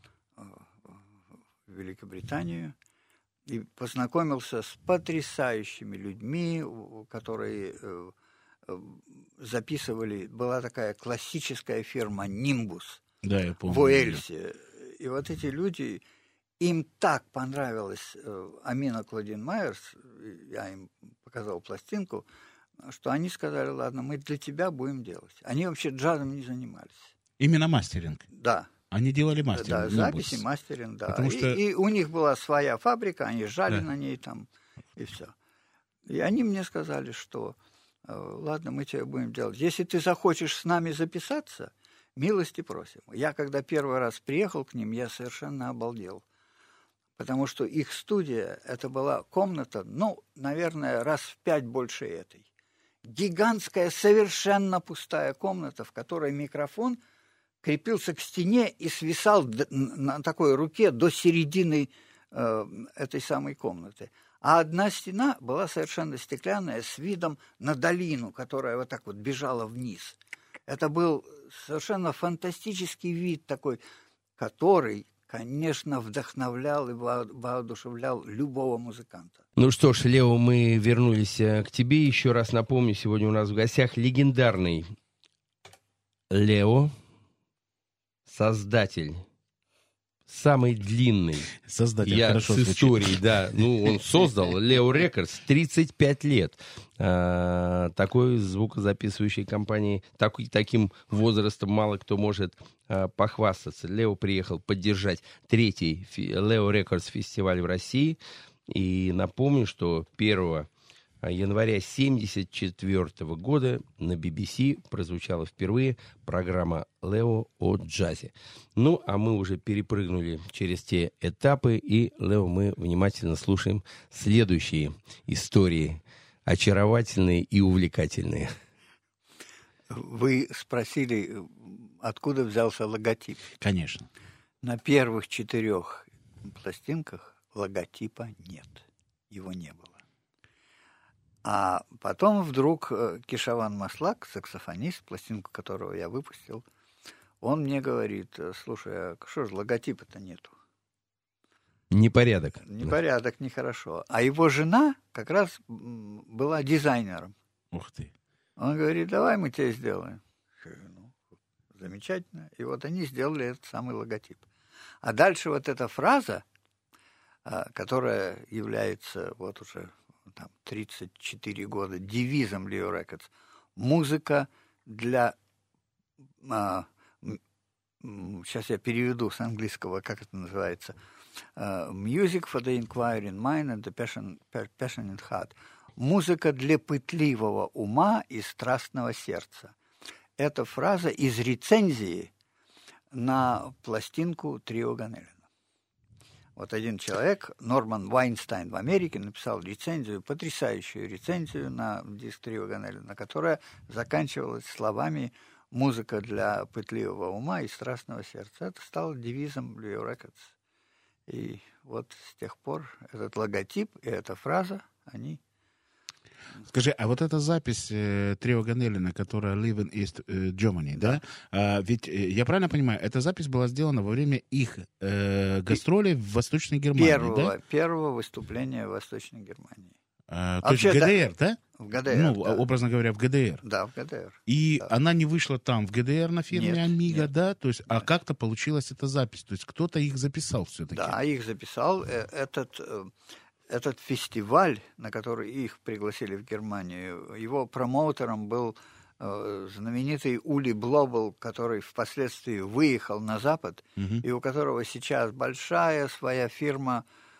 в Великобританию и познакомился с потрясающими людьми, которые записывали. Была такая классическая фирма «Нимбус»,
Да, я помню.
в Уэльсе. И вот эти люди, им так понравилась Амина Клодин Майерс, я им показал пластинку, что они сказали: ладно, мы для тебя будем делать. Они вообще джазом не занимались.
Именно мастеринг.
Да.
Они делали
Да,
мастеринг.
записи,
Нимбус.
мастеринг, да.
Потому
И,
что-
и у них была своя фабрика, они жали
Да.
на ней там, и все. И они мне сказали, что э, ладно, мы тебе будем делать. Если ты захочешь с нами записаться, милости просим. Я, когда первый раз приехал к ним, я совершенно обалдел. Потому что их студия, это была комната, ну, наверное, раз в пять больше этой. Гигантская, совершенно пустая комната, в которой микрофон крепился к стене и свисал на такой руке до середины э, этой самой комнаты. А одна стена была совершенно стеклянная, с видом на долину, которая вот так вот бежала вниз. Это был совершенно фантастический вид такой, который, конечно, вдохновлял и воодушевлял любого музыканта.
Ну что ж, Лео, мы вернулись э, к тебе. Еще раз напомню, сегодня у нас в гостях легендарный Лео, создатель, самый длинный,
Создатель
я
хорошо
с
звучит.
историей, да, ну он создал Leo Records, тридцать пять лет. А, такой звукозаписывающей компании, такой, таким возрастом мало кто может а, похвастаться. Лео приехал поддержать третий фи- Leo Records фестиваль в России. И напомню, что первого января семьдесят четвёртого года на би би си прозвучала впервые программа «Лео о джазе». Ну, а мы уже перепрыгнули через те этапы, и, Лео, мы внимательно слушаем следующие истории, очаровательные и увлекательные.
Вы спросили, откуда взялся логотип.
Конечно.
На первых четырех пластинках логотипа нет, его не было. А потом вдруг Кешаван Маслак, саксофонист, пластинку которого я выпустил, он мне говорит: слушай, а что же логотипа-то нету?
Непорядок.
Непорядок, нехорошо. А его жена как раз была дизайнером.
Ух ты.
Он говорит: давай мы тебе сделаем. Ну, замечательно. И вот они сделали этот самый логотип. А дальше вот эта фраза, которая является вот уже там тридцать четыре года девизом Leo Records, музыка для... А, сейчас я переведу с английского, как это называется. Uh, music for the inquiring mind and the passion, passionate heart. Музыка для пытливого ума и страстного сердца. Это фраза из рецензии на пластинку Трио Ганелина. Вот один человек, Норман Вайнстайн в Америке, написал рецензию, потрясающую рецензию на диск Трио Ганелина, которая заканчивалась словами «музыка для пытливого ума и страстного сердца». Это стало девизом Leo Records. И вот с тех пор этот логотип и эта фраза, они...
Скажи, а вот эта запись э, Трио Ганелина, которая «Live in East э, Germany», да? А, ведь, э, я правильно понимаю, эта запись была сделана во время их э, гастролей в Восточной Германии,
первого,
да?
Первого выступления в Восточной Германии.
А, то есть в ГДР, да?
В ГДР,
Ну,
да.
образно говоря, в ГДР.
Да, в ГДР.
И
да.
она не вышла там, в ГДР, на фирме
Нет,
Амига,
нет,
да? То есть,
нет.
а как-то получилась эта запись? То есть кто-то их записал все-таки?
Да, их записал. Этот, этот фестиваль, на который их пригласили в Германию, его промоутером был знаменитый Ули Блобл, который впоследствии выехал на Запад, угу. и у которого сейчас большая своя фирма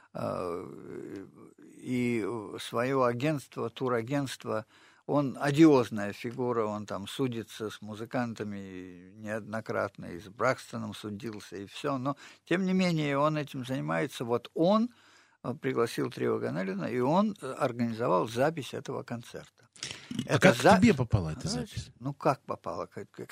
и свое агентство, турагентство. Он одиозная фигура, он там судится с музыкантами неоднократно, и с Бракстоном судился, и все. Но, тем не менее, он этим занимается. Вот он пригласил Трио Ганелина, и он организовал запись этого концерта.
А как за... к тебе попала эта запись?
Ну, как попала?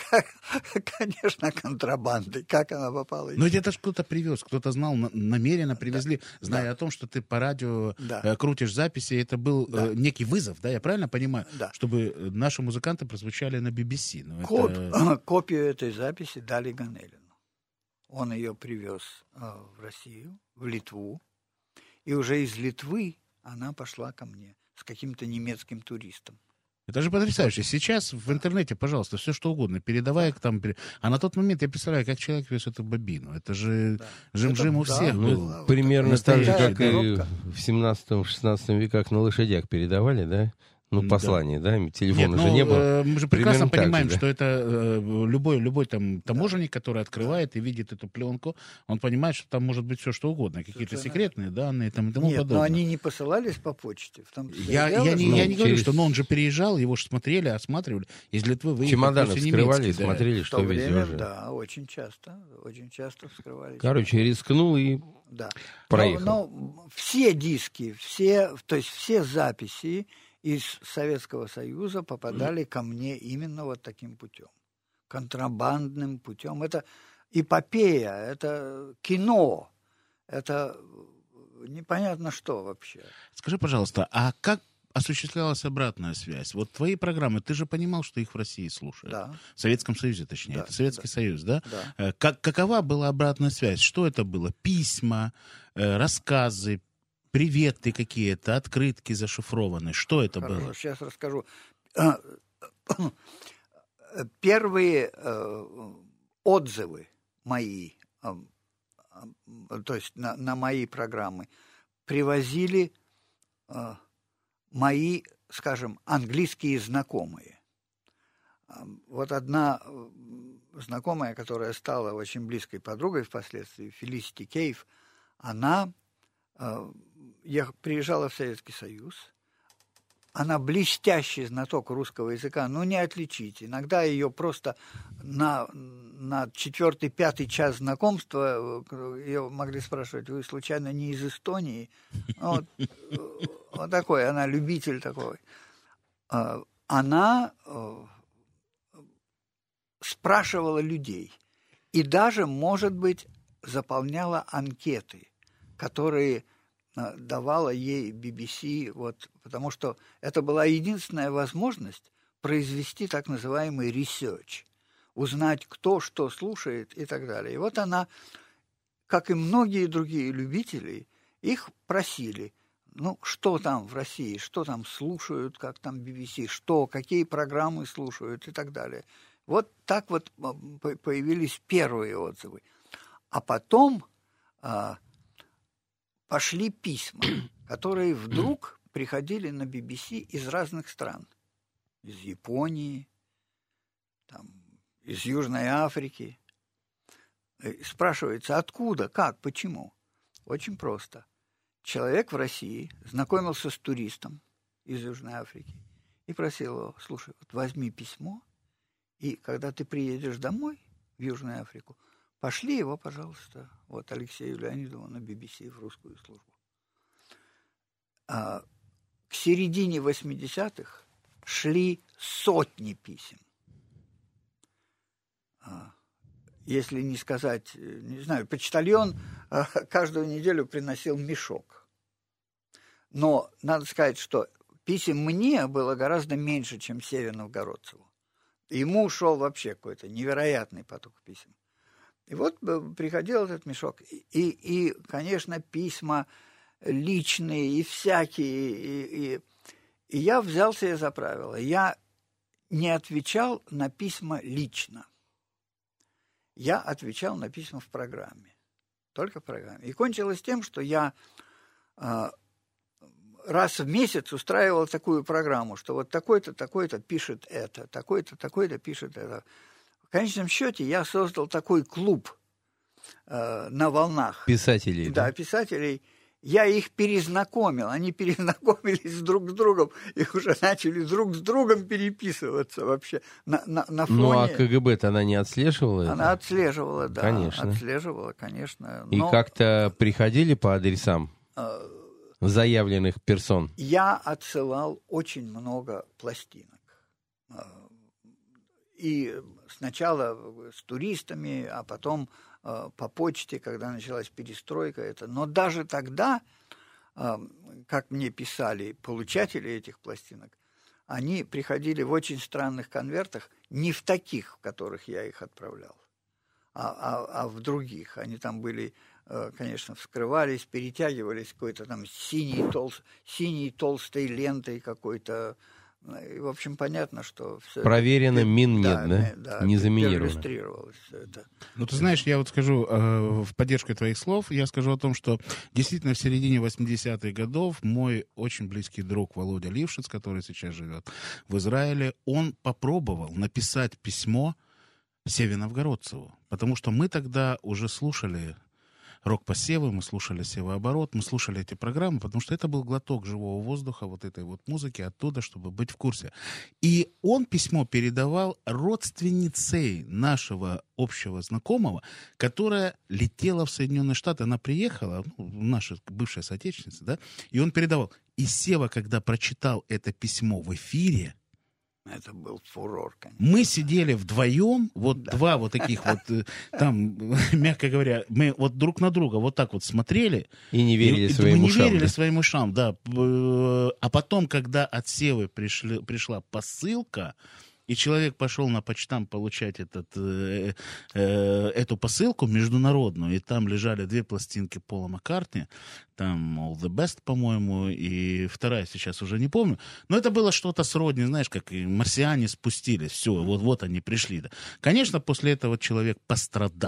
Конечно, контрабандой. Как она попала?
Ну, это ж кто-то привез, кто-то знал, намеренно привезли, да. зная да. о том, что ты по радио да. крутишь записи. Это был да. некий вызов, да, я правильно понимаю?
Да.
Чтобы наши музыканты прозвучали на би би си. Ну,
Коп...
это...
Копию этой записи дали Ганелину. Он ее привез в Россию, в Литву. И уже из Литвы она пошла ко мне с каким-то немецким туристом.
Это же потрясающе. Сейчас в интернете, пожалуйста, все что угодно, передавай их там. А на тот момент я представляю, как человек вез эту бобину. Это же да. жим-жим у всех
да,
был.
Ну, примерно так же, как и в семнадцатом-шестнадцатом веках на лошадях передавали, да? Ну, послание, да? да? Телефона
Нет,
же
ну,
не было.
Э, мы же прекрасно
Примерно
понимаем,
же, да?
что это э, любой, любой там таможенник, который открывает и видит эту пленку, он понимает, что там может быть все что угодно. Какие-то секретные данные там, и тому
Нет,
подобное.
но они не посылались по почте. В том
я, я, я, не,
ну,
я не
через...
говорю, что но он же переезжал, его же смотрели, осматривали. Из Литвы выехал.
Чемоданы вскрывали и
да.
смотрели, что везешь.
Да, очень часто. Очень часто вскрывали.
Короче, чемоданы. Рискнул и
да.
проехал.
Но, но все диски, все, то есть все записи из Советского Союза попадали ко мне именно вот таким путем. Контрабандным путем. Это эпопея, это кино, это непонятно что вообще.
Скажи, пожалуйста, а как осуществлялась обратная связь? Вот твои программы, ты же понимал, что их в России слушают?
Да.
В Советском Союзе, точнее.
Да,
это Советский
да.
Союз, да?
Да.
Как, какова была обратная связь? Что это было? Письма, рассказы, приветы какие-то, открытки зашифрованные. Что это
Хорошо,
было?
Сейчас расскажу. Первые отзывы мои, то есть на, на мои программы, привозили мои, скажем, английские знакомые. Вот одна знакомая, которая стала очень близкой подругой впоследствии, Фелисити Кейв, она я приезжала в Советский Союз. Она блестящий знаток русского языка, но не отличить. Иногда ее просто на, на четвертый, пятый час знакомства ее могли спрашивать: вы случайно не из Эстонии? Вот, вот такой, она любитель такой. Она спрашивала людей и даже, может быть, заполняла анкеты, которые давала ей би би си, вот, потому что это была единственная возможность произвести так называемый research, узнать, кто что слушает и так далее. И вот она, как и многие другие любители, их просили, ну, что там в России, что там слушают, как там би би си, что, какие программы слушают и так далее. Вот так вот появились первые отзывы. А потом а, пошли письма, которые вдруг приходили на би би си из разных стран. Из Японии, там, из Южной Африки. И спрашивается, откуда, как, почему? Очень просто. Человек в России знакомился с туристом из Южной Африки и просил его: слушай, вот возьми письмо, и когда ты приедешь домой в Южную Африку, пошли его, пожалуйста, вот Алексею Леонидову на би би си в русскую службу. А, к середине восьмидесятых шли сотни писем. А, если не сказать, не знаю, почтальон а, каждую неделю приносил мешок. Но надо сказать, что писем мне было гораздо меньше, чем Севе-Новгородцеву. Ему ушел вообще какой-то невероятный поток писем. И вот приходил этот мешок. И, и конечно, письма личные и всякие. И, и, и я взял себе за правило. Я не отвечал на письма лично. Я отвечал на письма в программе. Только в программе. И кончилось тем, что я э, раз в месяц устраивал такую программу, что вот такой-то, такой-то пишет это, такой-то, такой-то пишет это. В конечном счете я создал такой клуб э, на волнах.
Писателей.
Да,
да, писателей.
Я их перезнакомил, они перезнакомились друг с другом и уже начали друг с другом переписываться вообще на, на, на фоне.
Ну, а ка гэ бэ-то она не отслеживала
Она
это?
отслеживала, да.
Конечно.
Отслеживала, конечно.
И
но...
как-то приходили по адресам
э...
заявленных персон?
Я отсылал очень много пластинок. И сначала с туристами, а потом по почте, когда началась перестройка. Это. Но даже тогда, как мне писали получатели этих пластинок, они приходили в очень странных конвертах, не в таких, в которых я их отправлял, а, а, а в других. Они там были, конечно, вскрывались, перетягивались какой-то там синей, тол... синей толстой лентой какой-то. И, в общем, понятно, что все
проверено,
это...
мин нет,
да?
да?
да
не заминировано.
Иллюстрировалось все это.
Ну, ты знаешь, я вот скажу, э, в поддержку твоих слов, я скажу о том, что действительно в середине восьмидесятых годов мой очень близкий друг Володя Лившиц, который сейчас живет в Израиле, он попробовал написать письмо Севе Новгородцеву, потому что мы тогда уже слушали рок-посевы, мы слушали севооборот, мы слушали эти программы, потому что это был глоток живого воздуха, вот этой вот музыки оттуда, чтобы быть в курсе. И он письмо передавал родственницей нашего общего знакомого, которая летела в Соединенные Штаты. Она приехала, ну, наша бывшая соотечественница, да, и он передавал. И Сева, когда прочитал это письмо в эфире,
это был фурор, конечно.
Мы сидели вдвоем, вот да. два вот таких вот, там, мягко говоря, мы вот друг на друга вот так вот смотрели.
И не верили
и,
своим
мы
ушам.
не верили
да?
своим ушам, да. А потом, когда от Севы пришли, пришла посылка, и человек пошел на почтамт получать этот, э, э, эту посылку международную, и там лежали две пластинки Пола Маккартни, там All the Best, по-моему, и вторая сейчас уже не помню. Но это было что-то сродни, знаешь, как и марсиане спустились, все, вот-вот они пришли. Да. Конечно, после этого человек пострадал.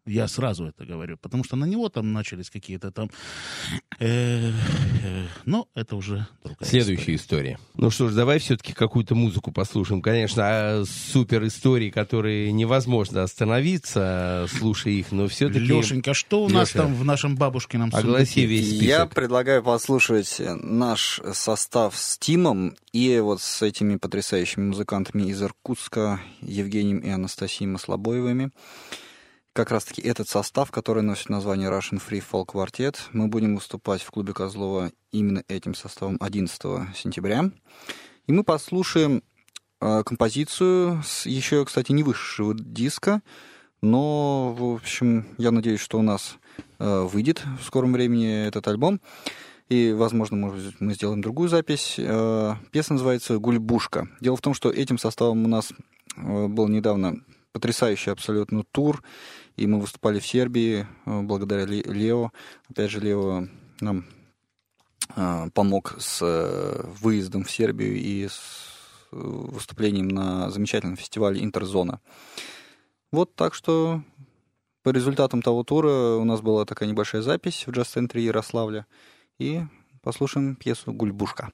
Я сразу это говорю, потому что на него там начались какие-то там... Э, э, но это уже другая
Следующая история. история. Ну что ж, давай все-таки какую-то музыку послушаем. Конечно, супер истории, которые невозможно остановиться, слушая их, но все-таки...
Лешенька, что у нас
Леша,
там в нашем бабушкином сундуке?
Огласи весь список.
Я предлагаю послушать наш состав с Тимом и вот с этими потрясающими музыкантами из Иркутска, Евгением и Анастасией Маслобоевыми. Как раз-таки этот состав, который носит название Russian Free Folk Quartet. Мы будем выступать в клубе Козлова именно этим составом одиннадцатого сентября. И мы послушаем э, композицию с еще, кстати, не вышедшего диска, но, в общем, я надеюсь, что у нас э, выйдет в скором времени этот альбом. И, возможно, может быть, мы сделаем другую запись. Э, песня называется «Гульбушка». Дело в том, что этим составом у нас э, был недавно потрясающий абсолютно тур, и мы выступали в Сербии благодаря Лео. Опять же, Лео нам э, помог с э, выездом в Сербию и с э, выступлением на замечательном фестивале «Интерзона». Вот, так что по результатам того тура у нас была такая небольшая запись в джаз-центре Ярославля. И послушаем пьесу «Гульбушка».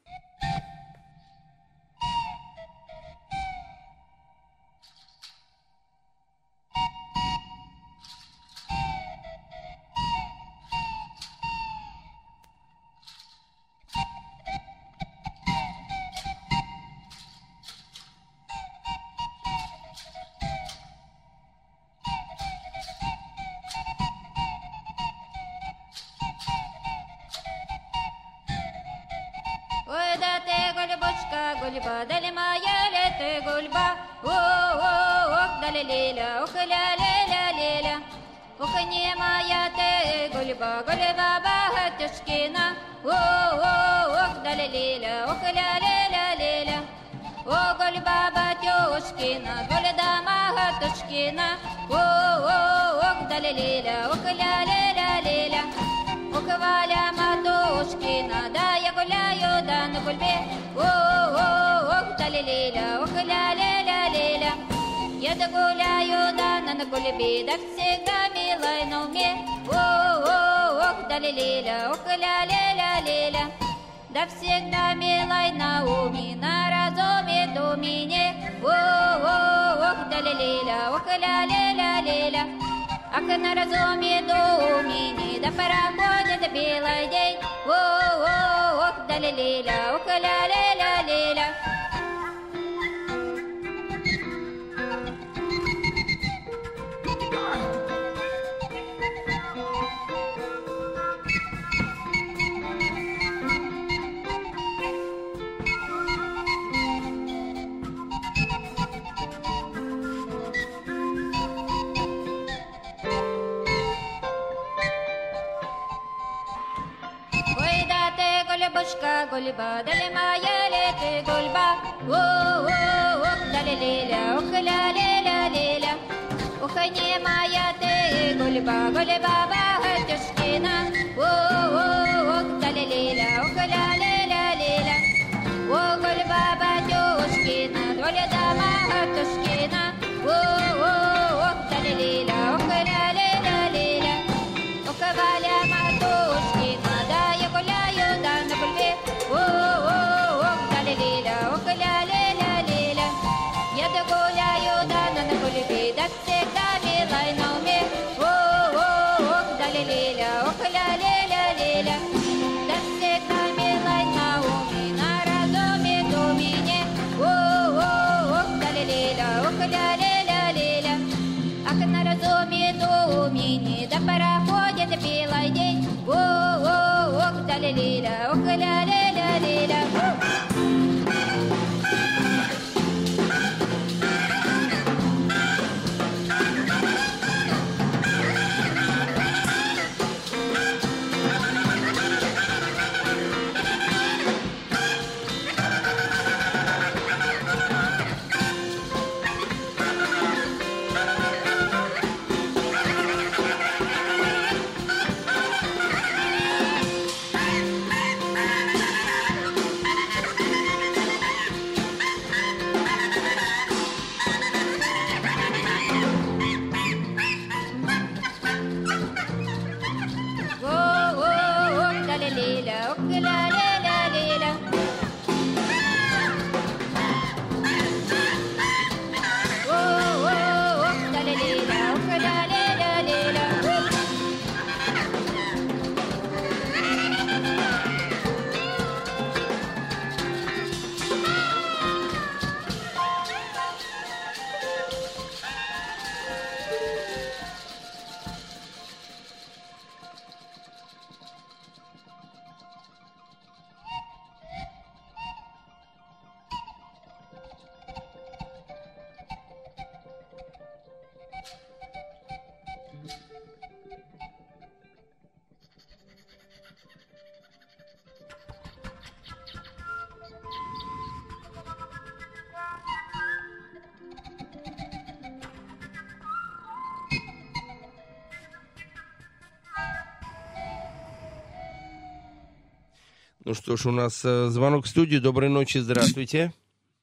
Гульба, дали моя лето гульба, о-о-ох, дали лиля, ох, ля-ля-ля-ля-ля. Ох, не моя ты гульба, гульба батюшкина, о-о-ох, дали лиля, ох, ля-ля-ля-ля-ля. О, гульба батюшкина, доля дома батюшкина, о-о-ох, дали лиля, ох, ля-ля-ля-ля-ля. Ох, Валя матушкина, да я гуляю, да на гульбе, о-о-ох, да ли-ли-ля, ох, ля-ля-ля-ля-ля. Я да гуляю, да на гульбе, да всегда милой на уме, о-о-ох, да ли-ли-ля, ох, ля-ля-ля-ля-ля. Да всегда милой на уме, на разуме думине, о-о-ох, да ли-ли-ля, ох, ля-ля-ля-ля-ля. Ах, на разуме думине, да проходит белый день, о-о-ох, да ли-ли-ля, ох, ля-ля-ля-ля-ля. Гульбушка, гульба, дали моя лето гульба, о-о-ох, дали лиля, ох, ля-ля-ля-ля-ля. Ох, не моя ты гульба, гульба батюшкина, о-о-ох, дали лиля, ох, ля-ля-ля-ля-ля. О, гульба батюшкина, доля дома батюшкина, о-о-ох, дали лиля, ох, ля-ля-ля-ля-ля. Ох, Валя матушкина, да я гуляю, да на гульбе, о-о-ох, да-ли-ли-ля, ох, ля-ля-ля-ля-ля. Я да гуляю, да на гульбе, да всегда милой на уме, о-о-ох, да-ли-ли-ля, ох, ля-ля-ля-ля-ля. Да всегда милой на уме, на разуме думине, о-о-ох, да-ли-ли-ля, ох,
Ну что ж, у нас э, звонок в студию. Доброй ночи, здравствуйте.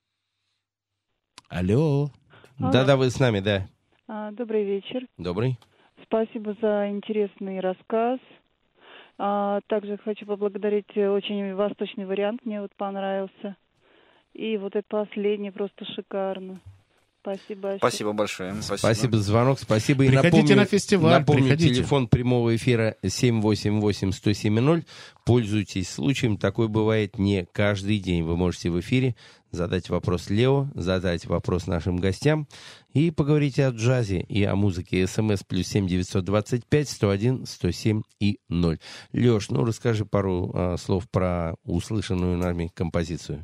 Алло.
Да-да, вы с нами, да.
А, добрый вечер.
Добрый.
Спасибо за интересный рассказ. А, также хочу поблагодарить, очень восточный вариант мне вот понравился. И вот это последний просто шикарно. Спасибо большое.
Спасибо большое. Спасибо,
Спасибо за звонок, спасибо. И
Приходите
напомню,
на фестиваль,
напомню
приходите.
телефон прямого эфира семь восемь восемь сто семь ноль. Пользуйтесь случаем, такой бывает не каждый день. Вы можете в эфире задать вопрос Лео, задать вопрос нашим гостям и поговорить о джазе и о музыке. СМС плюс семь девятьсот двадцать пять сто один сто семь и ноль. Леш, ну расскажи пару а, слов про услышанную нами композицию.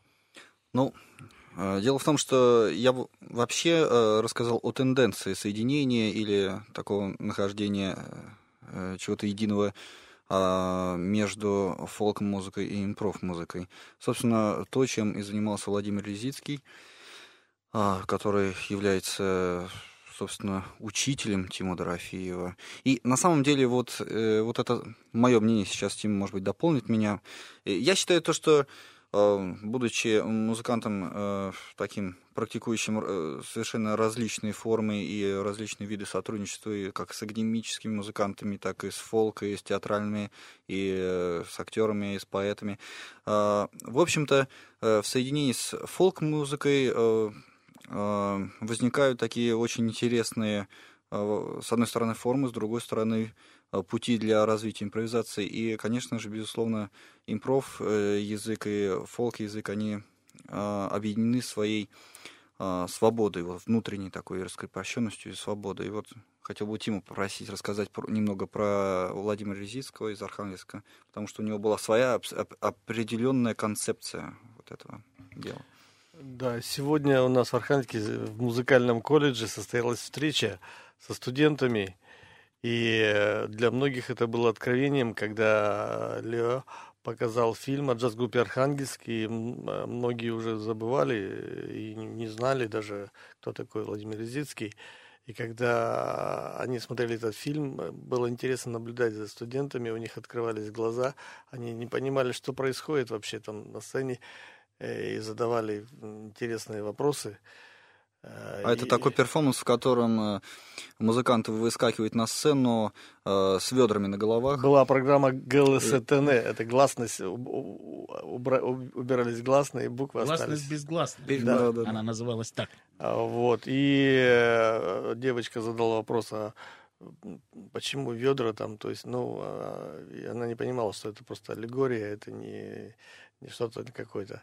Ну, дело в том, что я вообще э, рассказал о тенденции соединения или такого нахождения э, чего-то единого э, между фолк-музыкой и импров-музыкой. Собственно, то, чем и занимался Владимир Лизицкий, э, который является, собственно, учителем Тима Дорофеева. И на самом деле вот, э, вот это мое мнение, сейчас Тим, может быть, дополнит меня. Я считаю то, что будучи музыкантом э, таким, практикующим э, совершенно различные формы и различные виды сотрудничества, и как с академическими музыкантами, так и с фолк, и с театральными, и э, с актерами, и с поэтами. Э, в общем-то, э, в соединении с фолк-музыкой э, э, возникают такие очень интересные, э, с одной стороны, формы, с другой стороны, пути для развития импровизации. И, конечно же, безусловно, импров язык и фолк язык, они объединены своей свободой, вот, внутренней такой раскрепощенностью и свободой. И вот хотел бы Тиму попросить рассказать немного про Владимира Лизицкого из Архангельска, потому что у него была своя определенная концепция вот этого дела.
Да, сегодня у нас в Архангельске в музыкальном колледже состоялась встреча со студентами. И для многих это было откровением, когда Лео показал фильм о джаз-группе «Архангельск», и многие уже забывали и не знали даже, кто такой Владимир Лизицкий. И когда они смотрели этот фильм, было интересно наблюдать за студентами, у них открывались глаза, они не понимали, что происходит вообще там на сцене, и задавали интересные вопросы.
А и... это такой перформанс, в котором музыканты выскакивают на сцену э, с ведрами на головах.
Была программа ГЛСТН, это гласность, убра... убирались гласные буквы,
гласность
остались.
Безгласность,
да,
да, да, она да. называлась так.
Вот, и девочка задала вопрос, а почему ведра там, то есть, ну, она не понимала, что это просто аллегория, это не, не что-то какое-то.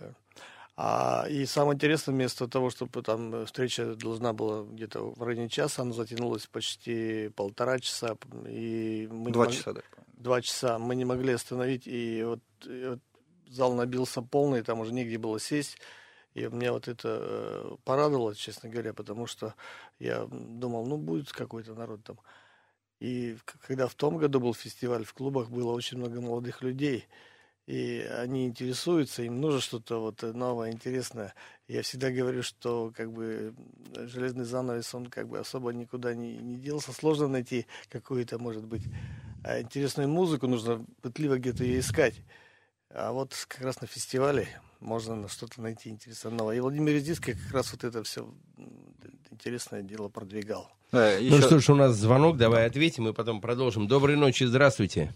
А, и самое интересное, вместо того, чтобы там встреча должна была где-то в районе часа, она затянулась почти полтора часа. И мы
Два
мог...
часа, да.
Два часа. Мы не могли остановить, и вот, и вот зал набился полный, там уже негде было сесть. И меня вот это порадовало, честно говоря, потому что я думал, ну, будет какой-то народ там. И когда в том году был фестиваль, в клубах было очень много молодых людей, и они интересуются, им нужно что-то вот новое, интересное. Я всегда говорю, что как бы железный занавес, он как бы особо никуда не, не делся. Сложно найти какую-то, может быть, интересную музыку, нужно пытливо где-то ее искать. А вот как раз на фестивале можно что-то найти интересное новое. И Владимир Лизицкий как раз вот это все интересное дело продвигал.
Да, еще... Ну что ж, у нас звонок, давай ответим и потом продолжим. Доброй ночи, здравствуйте.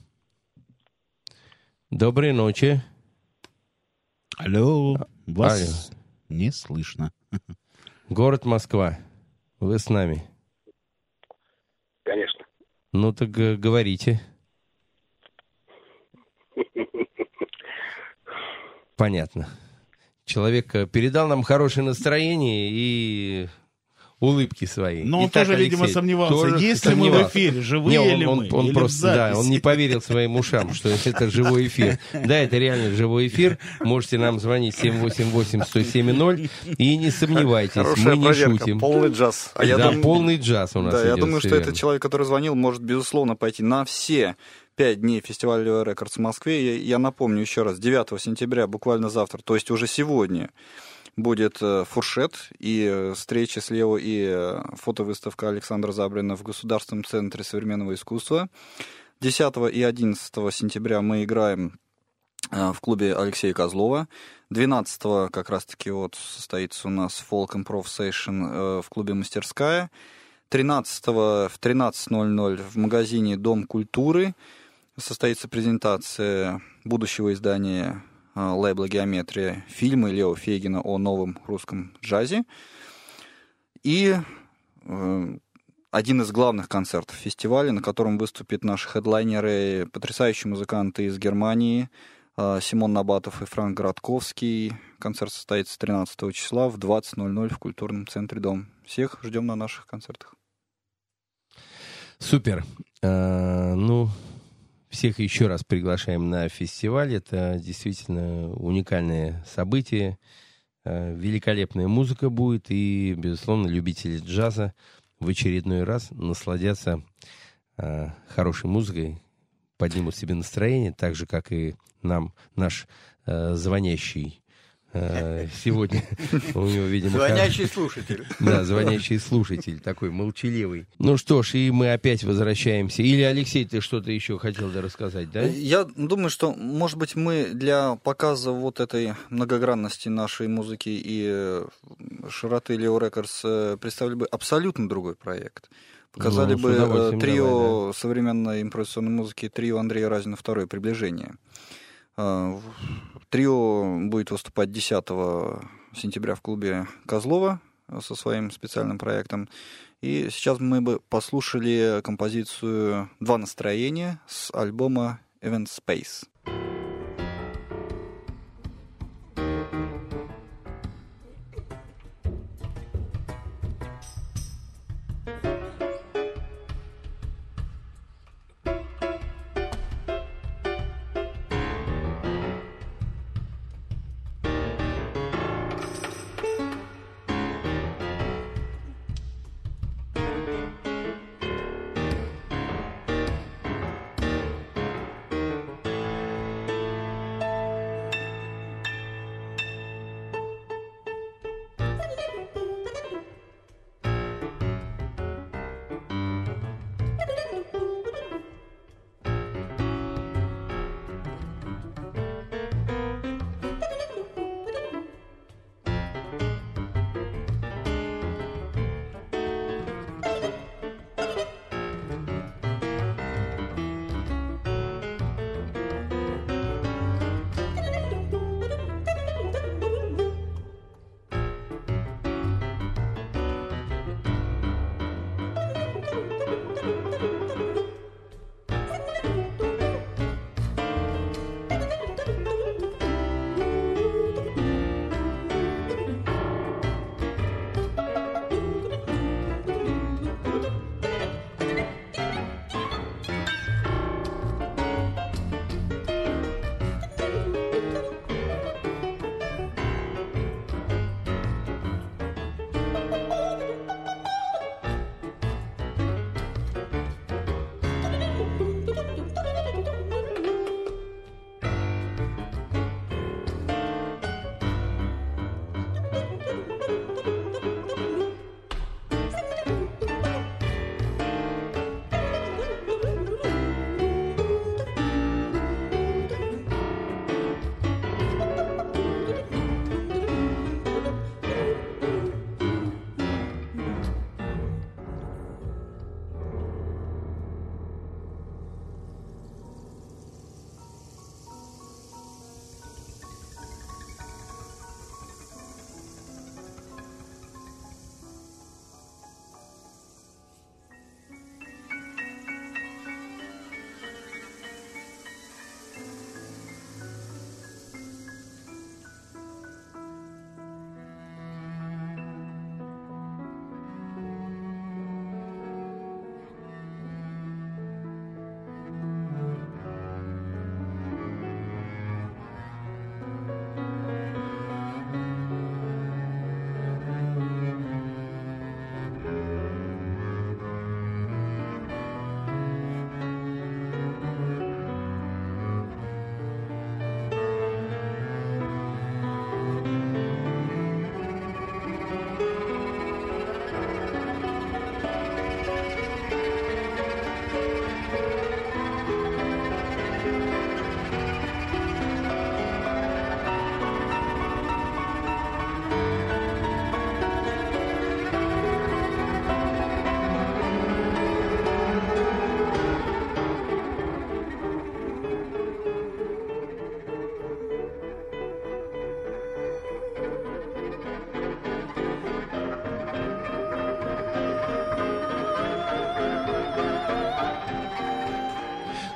Доброй ночи.
Алло, вас
Алло.
Не слышно.
Город Москва. Вы с нами?
Конечно.
Ну так говорите. Понятно. Человек передал нам хорошее настроение и улыбки свои.
Но он
Итак,
тоже,
Алексей,
видимо, сомневался,
тоже
есть ли
сомневался.
мы в эфире, живые
не, он,
ли
он,
мы,
он
или
просто,
в
да, он не поверил своим ушам, что это живой эфир. Да, это реально живой эфир. Можете нам звонить семь восемь восемь сто семь ноль и не сомневайтесь,
Хорошая
мы не
проверка,
шутим.
полный джаз.
А я
да,
дум...
полный джаз у нас
Да,
идет,
я думаю, что
верно.
этот человек, который звонил, может, безусловно, пойти на все пять дней фестиваля Leo Records в Москве. Я, я напомню еще раз, девятого сентября, буквально завтра, то есть уже сегодня, будет фуршет и встреча с Лео и фотовыставка Александра Забрина в Государственном центре современного искусства. десятого и одиннадцатого сентября мы играем в клубе Алексея Козлова. двенадцатого как раз-таки вот состоится у нас Folk Improv Session в клубе «Мастерская». тринадцатого в тринадцать ноль ноль в магазине «Дом культуры» состоится презентация будущего издания лейбла «Геометрия» фильма Лео Фейгина о новом русском джазе. И э, один из главных концертов фестиваля, на котором выступят наши хедлайнеры, потрясающие музыканты из Германии, э, Симон Набатов и Франк Городковский. Концерт состоится тринадцатого числа в двадцать ноль ноль в культурном центре «Дом». Всех ждем на наших концертах.
Супер. А, ну... Всех еще раз приглашаем на фестиваль. Это действительно уникальное событие. Великолепная музыка будет. И, безусловно, любители джаза в очередной раз насладятся хорошей музыкой, поднимут себе настроение, так же, как и нам наш звонящий сегодня. У него, видимо,
звонящий слушатель.
Да, звонящий слушатель, такой молчаливый. Ну что ж, и мы опять возвращаемся. Или, Алексей, ты что-то еще хотел да рассказать, да?
Я думаю, что, может быть, мы для показа вот этой многогранности нашей музыки и широты Leo Records представили бы абсолютно другой проект. Показали ну, бы трио давай, да. современной импровизационной музыки, трио Андрея Разина «Второе приближение». Трио будет выступать десятого сентября в клубе Козлова со своим специальным проектом. И сейчас мы бы послушали композицию «Два настроения» с альбома Event Space.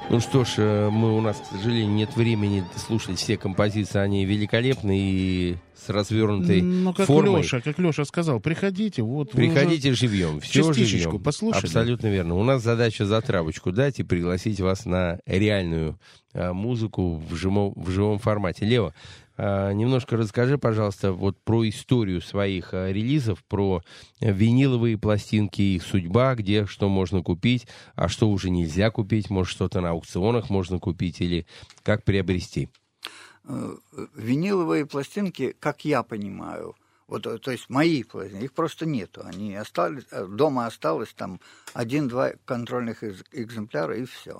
Ну что ж, э, мы, у нас, к сожалению, нет времени слушать все композиции, они великолепны и с развернутой
Ну, как
формой.
Леша, как Леша сказал, приходите, вот вы
Приходите
уже
живьем, все
частичечку
живьем.
послушали.
Абсолютно верно. У нас задача затравочку дать и пригласить вас на реальную э, музыку в живом, в живом формате. Лева, э, немножко расскажи, пожалуйста, вот про историю своих э, релизов, про виниловые пластинки, их судьба, где что можно купить, а что уже нельзя купить, может, что-то на аукционах можно купить или как приобрести.
Виниловые пластинки, как я понимаю, вот, то есть мои пластинки, их просто нету. Они остались, дома осталось там один-два контрольных экземпляра и все.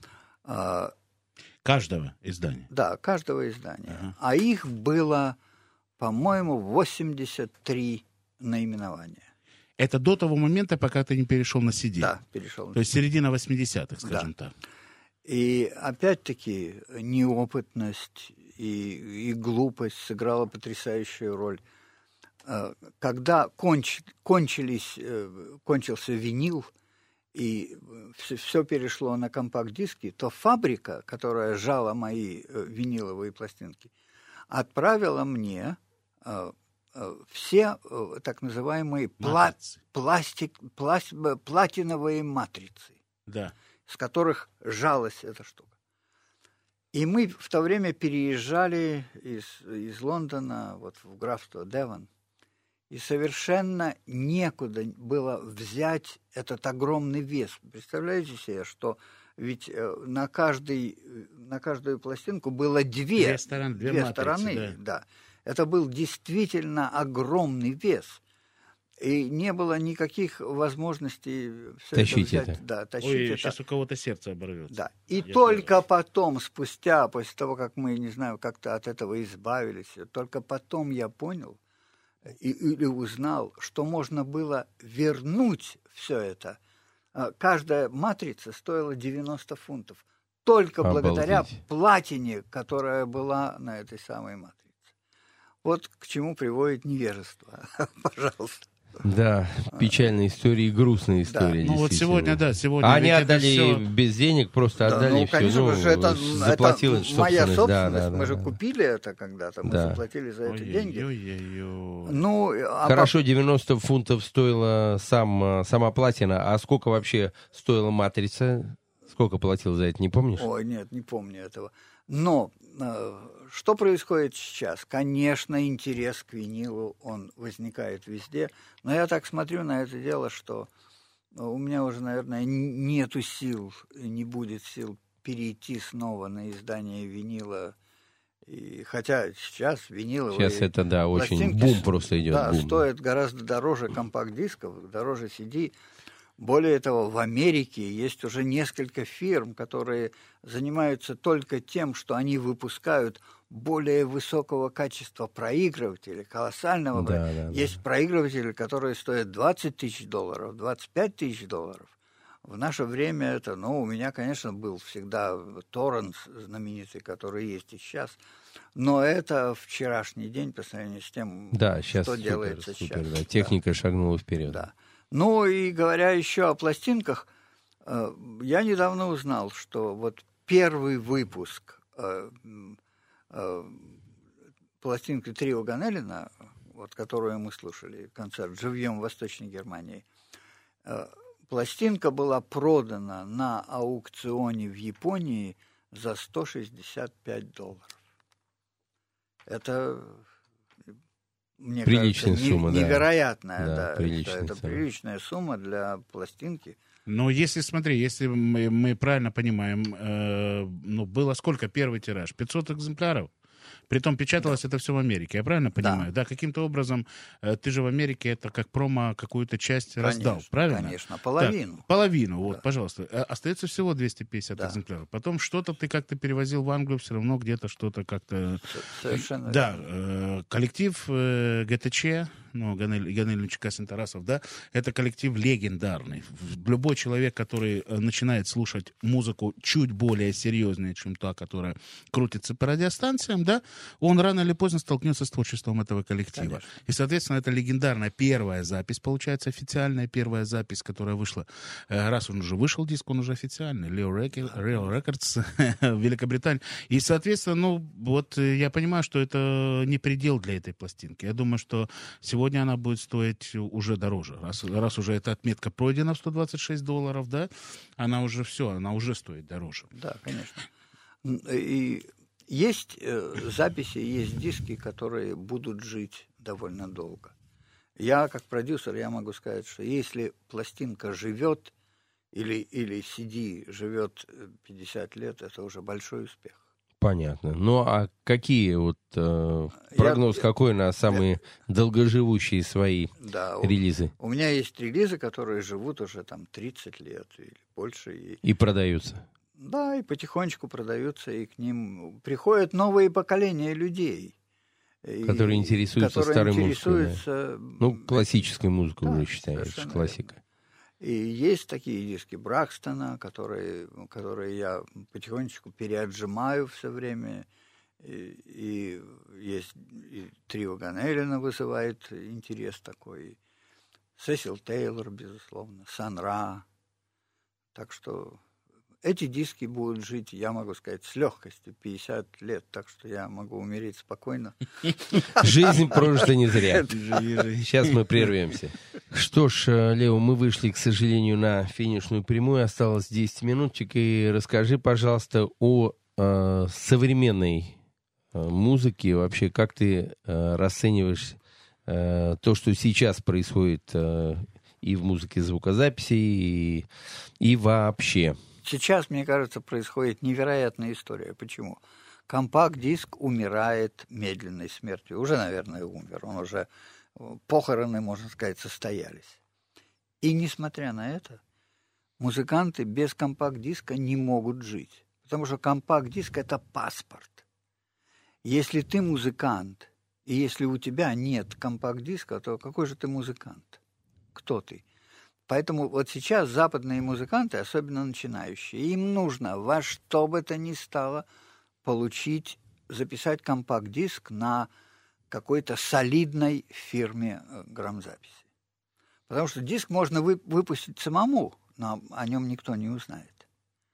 Каждого издания?
Да, каждого издания.
Ага.
А их было, по-моему, восемьдесят три наименования.
Это до того момента, пока ты не перешел на си ди?
Да, перешел.
То есть середина восьмидесятых, скажем
Да.
так.
И опять-таки неопытность и, и глупость сыграла потрясающую роль. Когда конч, кончились, кончился винил, и все, все перешло на компакт-диски, то фабрика, которая жала мои виниловые пластинки, отправила мне все так называемые пла- пластик, пласт, платиновые матрицы,
да.
с которых жалась эта штука. И мы в то время переезжали из, из Лондона вот, в графство Девон, и совершенно некуда было взять этот огромный вес. Представляете себе, что ведь на, каждый, на каждую пластинку было две,
две, сторон, две,
две
матрицы,
стороны.
Да.
Да. Это был действительно огромный вес. И не было никаких возможностей все
тащить
это взять.
это.
Да, тащить
Ой,
это.
сейчас у кого-то сердце оборвется.
Да. И
Я
только
тоже.
потом, спустя, после того, как мы, не знаю, как-то от этого избавились, только потом я понял и, или узнал, что можно было вернуть все это. Каждая матрица стоила девяносто фунтов. Только
Обалдеть.
благодаря платине, которая была на этой самой матрице. Вот к чему приводит невежество. Пожалуйста.
Да, печальные истории и грустные истории.
Ну вот сегодня, да, сегодня.
А они
ведь это
отдали
всё-
без денег, просто
Да,
отдали
ну,
и все.
конечно, потому что это,
заплатил
это
эту
моя
собственность.
собственность.
Да, да,
мы
да,
же
да.
купили это когда-то, мы
Да.
заплатили за это
Ой-ой-ой-ой-ой.
деньги. Ну, а
Хорошо, девяносто фунтов стоила сам, сама платина. А сколько вообще стоила матрица? Сколько платил за это, не помнишь?
Ой, нет, не помню этого. Но э, что происходит сейчас? Конечно, интерес к винилу, он возникает везде. Но я так смотрю на это дело, что у меня уже, наверное, нету сил, не будет сил перейти снова на издание винила. И, хотя сейчас виниловые
Сейчас это, да, очень
пластинки
бум просто идет.
Да,
бум.
стоят гораздо дороже компакт-дисков, дороже си ди. Более того, в Америке есть уже несколько фирм, которые занимаются только тем, что они выпускают более высокого качества проигрывателей, колоссального.
Да,
проигрывателя.
да, да.
Есть проигрыватели, которые стоят двадцать тысяч долларов, двадцать пять тысяч долларов. В наше время это, ну, у меня, конечно, был всегда торрент знаменитый, который есть и сейчас, но это вчерашний день по сравнению с тем,
Да, сейчас
что
супер,
делается
супер,
сейчас.
да. Техника шагнула вперед.
Да. Ну и говоря еще о пластинках, э, я недавно узнал, что вот первый выпуск э, э, пластинки трио Ганелина, вот, которую мы слушали, концерт «Живьем» в Восточной Германии, э, пластинка была продана на аукционе в Японии за сто шестьдесят пять долларов. Это... Мне
Приличная
кажется,
сумма, да.
невероятная,
Да,
да,
приличная
это, это
цена.
приличная сумма для пластинки.
Но если, смотри, если мы, мы правильно понимаем, э, ну, было сколько первый тираж? пятьсот экземпляров? Притом печаталось это все в Америке, я правильно понимаю? Да, каким-то образом э, ты же в Америке это как промо какую-то часть раздал,
Конечно,
правильно?
Конечно, половину.
Так, половину, вот,
Да.
пожалуйста. А остается всего двести пятьдесят
Да.
экземпляров. Потом что-то ты как-то перевозил в Англию, все равно где-то что-то как-то...
Совершенно
Да,
верно.
э, коллектив э, ГТЧ, ну, Ганель, Ганель Чекасин Тарасов, да, это коллектив легендарный. Любой человек, который начинает слушать музыку чуть более серьезную, чем та, которая крутится по радиостанциям, да, он рано или поздно столкнется с творчеством этого коллектива. Конечно. И, соответственно, это легендарная первая запись, получается, официальная первая запись, которая вышла. Раз он уже вышел, диск, он уже официальный. Leo Records, Великобритания. И, соответственно, ну, вот я понимаю, что это не предел для этой пластинки. Я думаю, что сегодня она будет стоить уже дороже. Раз, раз уже эта отметка пройдена в сто двадцать шесть долларов, да, она уже все, она уже стоит дороже.
Да, конечно. И есть э, записи, есть диски, которые будут жить довольно долго. Я, как продюсер, я могу сказать, что если пластинка живет, или, или си ди живет пятьдесят лет, это уже большой успех.
Понятно. Ну, а какие вот э, прогноз я, какой на самые я, долгоживущие свои да, релизы?
У, у меня есть релизы, которые живут уже там тридцать лет или больше. И,
и продаются?
Да, и потихонечку продаются, и к ним приходят новые поколения людей.
Которые
и,
интересуются
которые
старой
интересуются,
музыкой. Да? Ну, классической музыкой
да,
уже считается, классика.
Верно. И есть такие диски Бракстона, которые, которые я потихонечку переотжимаю все время. И, и есть и трио Ганелина вызывает интерес такой. Сесил Тейлор, безусловно, Сан Ра. Так что эти диски будут жить, я могу сказать, с легкостью пятьдесят лет, так что я могу умереть спокойно.
Жизнь прожита не зря. Сейчас мы прервемся. Что ж, Лео, мы вышли, к сожалению, на финишную прямую. Осталось десять минуточек. И расскажи, пожалуйста, о э, современной э, музыке. Вообще, как ты э, расцениваешь э, то, что сейчас происходит э, и в музыке звукозаписи, и, и вообще?
Сейчас, мне кажется, происходит невероятная история. Почему? Компакт-диск умирает медленной смертью. Уже, наверное, умер. Он уже... Похороны, можно сказать, состоялись. И, несмотря на это, музыканты без компакт-диска не могут жить. Потому что компакт-диск – это паспорт. Если ты музыкант, и если у тебя нет компакт-диска, то какой же ты музыкант? Кто ты? Поэтому вот сейчас западные музыканты, особенно начинающие, им нужно во что бы то ни стало получить, записать компакт-диск на какой-то солидной фирме грамзаписи. Потому что диск можно вы, выпустить самому, но о нем никто не узнает.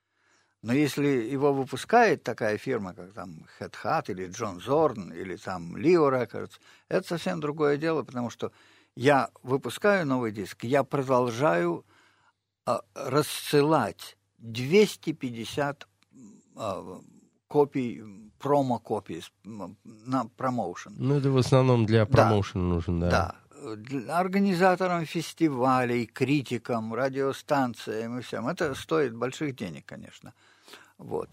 Но если его выпускает такая фирма, как там Red Hat или John Zorn или там Leo Records, это совсем другое дело, потому что я выпускаю новый диск, я продолжаю а, рассылать двести пятьдесят а, копий, промо-копий на промоушен.
Ну, это в основном для промоушена да, нужен, да.
Да, для организаторам фестивалей, критикам, радиостанциям и всем. Это стоит больших денег, конечно. Вот.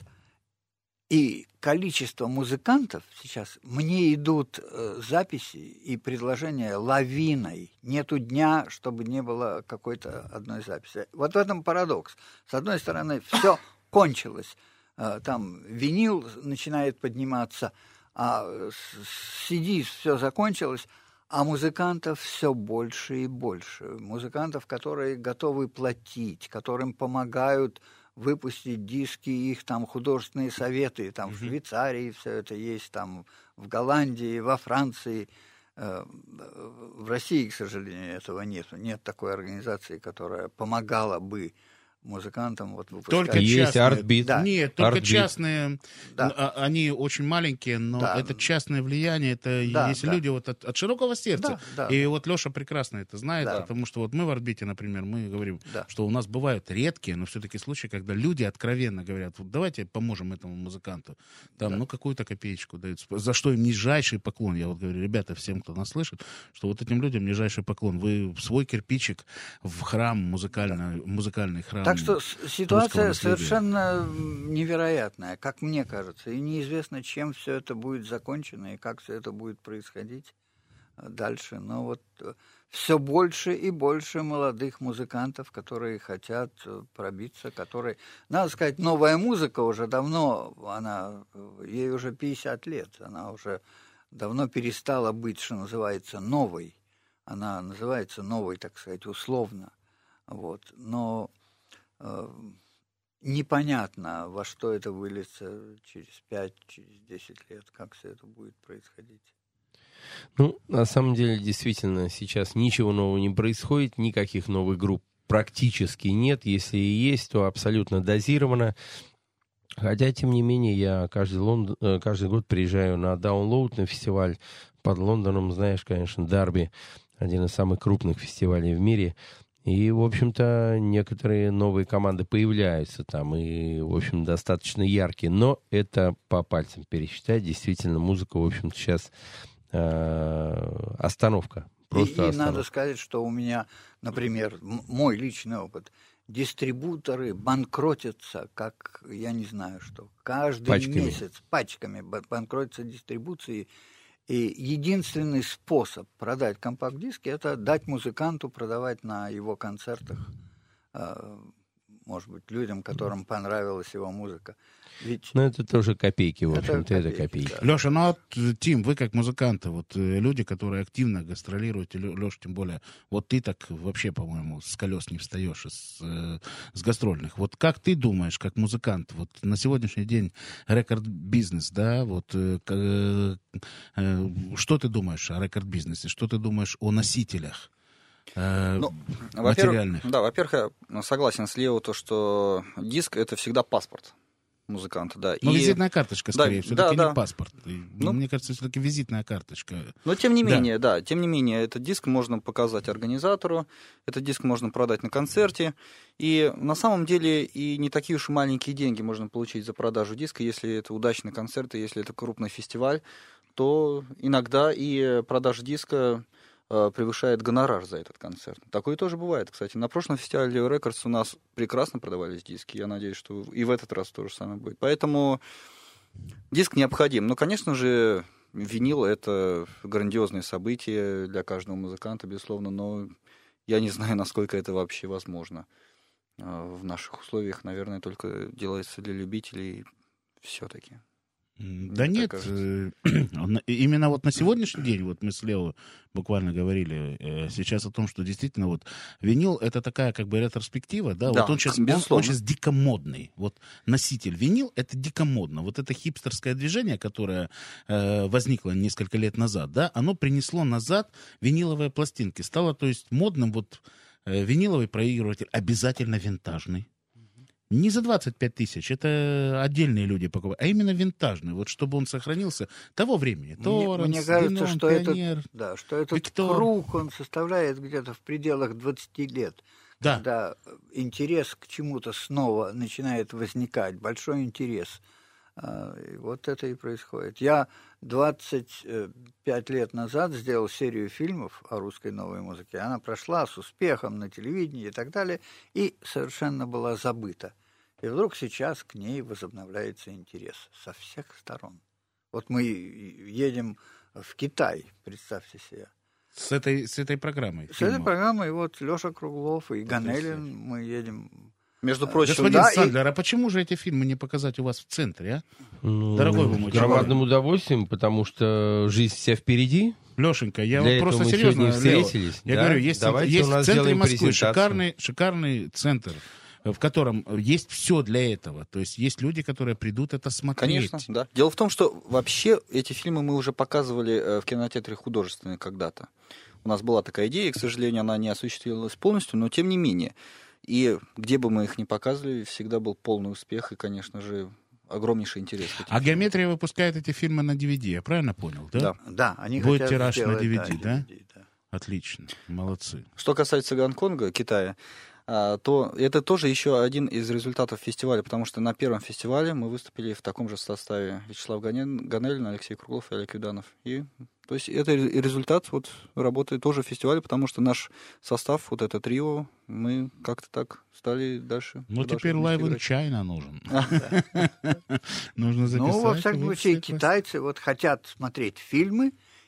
И количество музыкантов сейчас, мне идут э, записи и предложения лавиной. Нету дня, чтобы не было какой-то одной записи. Вот в этом парадокс. С одной стороны, все кончилось. Э, там винил начинает подниматься, а с си ди все закончилось, а музыкантов все больше и больше. Музыкантов, которые готовы платить, которым помогают выпустить диски, их там художественные советы, там mm-hmm. в Швейцарии все это есть, там в Голландии, во Франции. В России, к сожалению, этого нет. Нет такой организации, которая помогала бы музыкантам вот выпускать.
Только
есть
частные.
Артбит.
Да. Нет, только
Art-Beat.
Частные.
Да.
Они очень маленькие, но
да.
это частное влияние. Это
да,
есть
да.
люди вот от, от широкого сердца.
Да, да,
и
да.
вот Леша прекрасно это знает,
да.
потому что вот мы в Артбите, например, мы говорим,
да.
что у нас бывают редкие, но все-таки случаи, когда люди откровенно говорят, вот давайте поможем этому музыканту. Там, да. ну, какую-то копеечку дают. За что им нижайший поклон. Я вот говорю, ребята, всем, кто нас слышит, что вот этим людям нижайший поклон. Вы свой кирпичик в храм музыкальный, да. музыкальный храм.
Так что ситуация Ситуация совершенно невероятная, как мне кажется, и неизвестно, чем все это будет закончено и как все это будет происходить дальше. Но вот все больше и больше молодых музыкантов, которые хотят пробиться, которые, надо сказать, новая музыка уже давно, она, ей уже пятьдесят лет, она уже давно перестала быть, что называется, новой. она называется новой, так сказать, условно. Вот. Но э, непонятно, во что это выльется через пять, через десять лет, как все это будет происходить.
Ну, на самом деле, действительно, сейчас ничего нового не происходит, никаких новых групп практически нет. Если и есть, то абсолютно дозировано. Хотя, тем не менее, я каждый, Лонд... каждый год приезжаю на Download, на фестиваль под Лондоном, знаешь, конечно, Дарби, один из самых крупных фестивалей в мире. И, в общем-то, некоторые новые команды появляются там, и, в общем, достаточно яркие. Но это по пальцам пересчитать. Действительно, музыка, в общем-то, сейчас э, остановка. Просто
и, и
остановка.
надо сказать, что у меня, например, м- мой личный опыт. Дистрибуторы банкротятся, как, я не знаю что, каждый
Пачками.
месяц пачками банкротятся дистрибуции. И единственный способ продать компакт-диски – это дать музыканту продавать на его концертах, может быть, людям, которым понравилась его музыка. Ведь
Ну, это тоже копейки, в
это
общем-то, это
копейки,
копейки.
да.
Леша, ну вот, Тим, вы как музыканты, вот э, люди, которые активно гастролируют, Леша, тем более, вот ты так вообще, по-моему, с колес не встаешь, с, э, с гастрольных. Вот как ты думаешь, как музыкант, вот на сегодняшний день рекорд-бизнес, да, вот э, э, э, что ты думаешь о рекорд-бизнесе, что ты думаешь о носителях? Э,
Ну,
материальных.
во-первых, да, во-первых, я согласен с Лео, то, что диск — это всегда паспорт музыканта, да.
Ну,
И-
визитная карточка,
Да,
скорее,
да,
все-таки
да.
не паспорт. И,
Ну,
мне кажется, все-таки визитная карточка.
Но тем не
Да.
менее, да, тем не менее, этот диск можно показать организатору, этот диск можно продать на концерте, и на самом деле и не такие уж и маленькие деньги можно получить за продажу диска, если это удачный концерт, и если это крупный фестиваль, то иногда и продажа диска э, превышает гонорар за этот концерт. Такое тоже бывает, кстати. На прошлом фестивале Leo Records у нас прекрасно продавались диски, я надеюсь, что и в этот раз то же самое будет. Поэтому диск необходим. Но, конечно же, винил — это грандиозное событие для каждого музыканта, безусловно, но я не знаю, насколько это вообще возможно. В наших условиях, наверное, только делается для любителей все-таки.
М, Да
Мне
нет,
так
э, на- именно вот на сегодняшний день, вот мы с Лео буквально говорили э, сейчас о том, что действительно вот винил — это такая как бы ретроспектива, да,
Да,
вот он сейчас, он,
безусловно.
он сейчас дико модный, вот носитель винил — это дико модно, вот это хипстерское движение, которое э, возникло несколько лет назад, да, оно принесло назад виниловые пластинки, стало, то есть, модным вот э, виниловый проигрыватель обязательно винтажный. Не за двадцать пять тысяч, это отдельные люди покупают, а именно винтажный, вот чтобы он сохранился того времени.
Мне,
Торренс,
мне кажется,
Denon,
что
Пионер.
этот, да, что этот
Виктор.
круг, он составляет где-то в пределах двадцати лет.
Да.
Когда интерес к чему-то снова начинает возникать, большой интерес. А, и вот это и происходит. Я двадцать пять лет назад сделал серию фильмов о русской новой музыке. Она прошла с успехом на телевидении и так далее, и совершенно была забыта. И вдруг сейчас к ней возобновляется интерес со всех сторон. Вот мы едем в Китай, представьте себе.
С этой, с этой программой.
С этой
фильма.
программой вот Леша Круглов и Ганелин, мы едем.
Между прочим,
Господин
да, и-
Сандлер, а почему же эти фильмы не показать у вас в центре, а?
Ну,
Дорогой вы мой
с громадным удовольствием, потому что жизнь вся впереди.
Лешенька, я
Для
вот
этого
просто
мы
серьезно,
сегодня
Лео,
встретились,
я
да?
говорю, есть,
Давайте
есть
у нас
в центре
сделаем
Москвы
презентацию.
шикарный, шикарный центр, в котором есть все для этого. То есть есть люди, которые придут это смотреть.
Конечно, да. Дело в том, что вообще эти фильмы мы уже показывали э, в кинотеатре художественные когда-то. У нас была такая идея, и, к сожалению, она не осуществилась полностью, но тем не менее. И где бы мы их ни показывали, всегда был полный успех и, конечно же, огромнейший интерес. к этим
А
фильмам.
Геометрия выпускает эти фильмы на ди ви ди, я правильно понял, да?
Да.
Да, они
Будет
хотят
тираж на
сделать,
ди ви ди, да?
ди ви ди, да.
Отлично, молодцы.
Что касается Гонконга, Китая, а, то это тоже еще один из результатов фестиваля, потому что на первом фестивале мы выступили в таком же составе: Вячеслав Ганен- Ганелин, Алексей Круглов и Олег Юданов. И, то есть это и результат вот работы тоже фестиваля, потому что наш состав, вот это трио, мы как-то так стали дальше.
Ну,
продолжать
теперь
вместе
Live in
играть.
China нужен. Нужно записать.
Ну, во всяком
и вы
случае,
все
китайцы вот хотят смотреть фильмы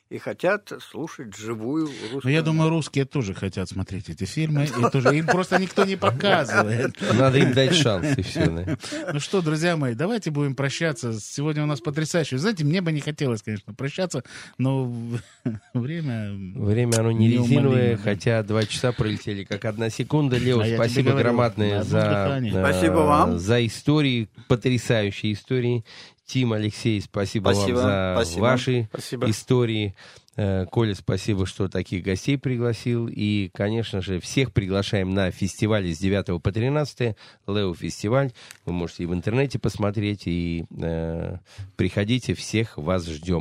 и хотят слушать живую русскую.
Ну, я думаю, русские тоже хотят смотреть эти фильмы, и тоже им просто никто не показывает.
Надо им дать шанс, и все. Да.
Ну что, друзья мои, давайте будем прощаться. Сегодня у нас потрясающе. Знаете, мне бы не хотелось, конечно, прощаться, но время...
Время, оно не
неумолимо,
резиновое,
да.
хотя два часа пролетели как одна секунда. Лео,
А я тебе
спасибо
говорил,
громадное
на одном
за,
дыхании.
э,
Спасибо вам.
за истории, потрясающие истории. Тим, Алексей, спасибо,
Спасибо,
вам за
спасибо.
ваши
Спасибо.
истории. Э, Коля, спасибо, что таких гостей пригласил. И, конечно же, всех приглашаем на фестиваль с девятого по тринадцатое. Лео фестиваль. Вы можете и в интернете посмотреть, и э, приходите, всех вас ждем.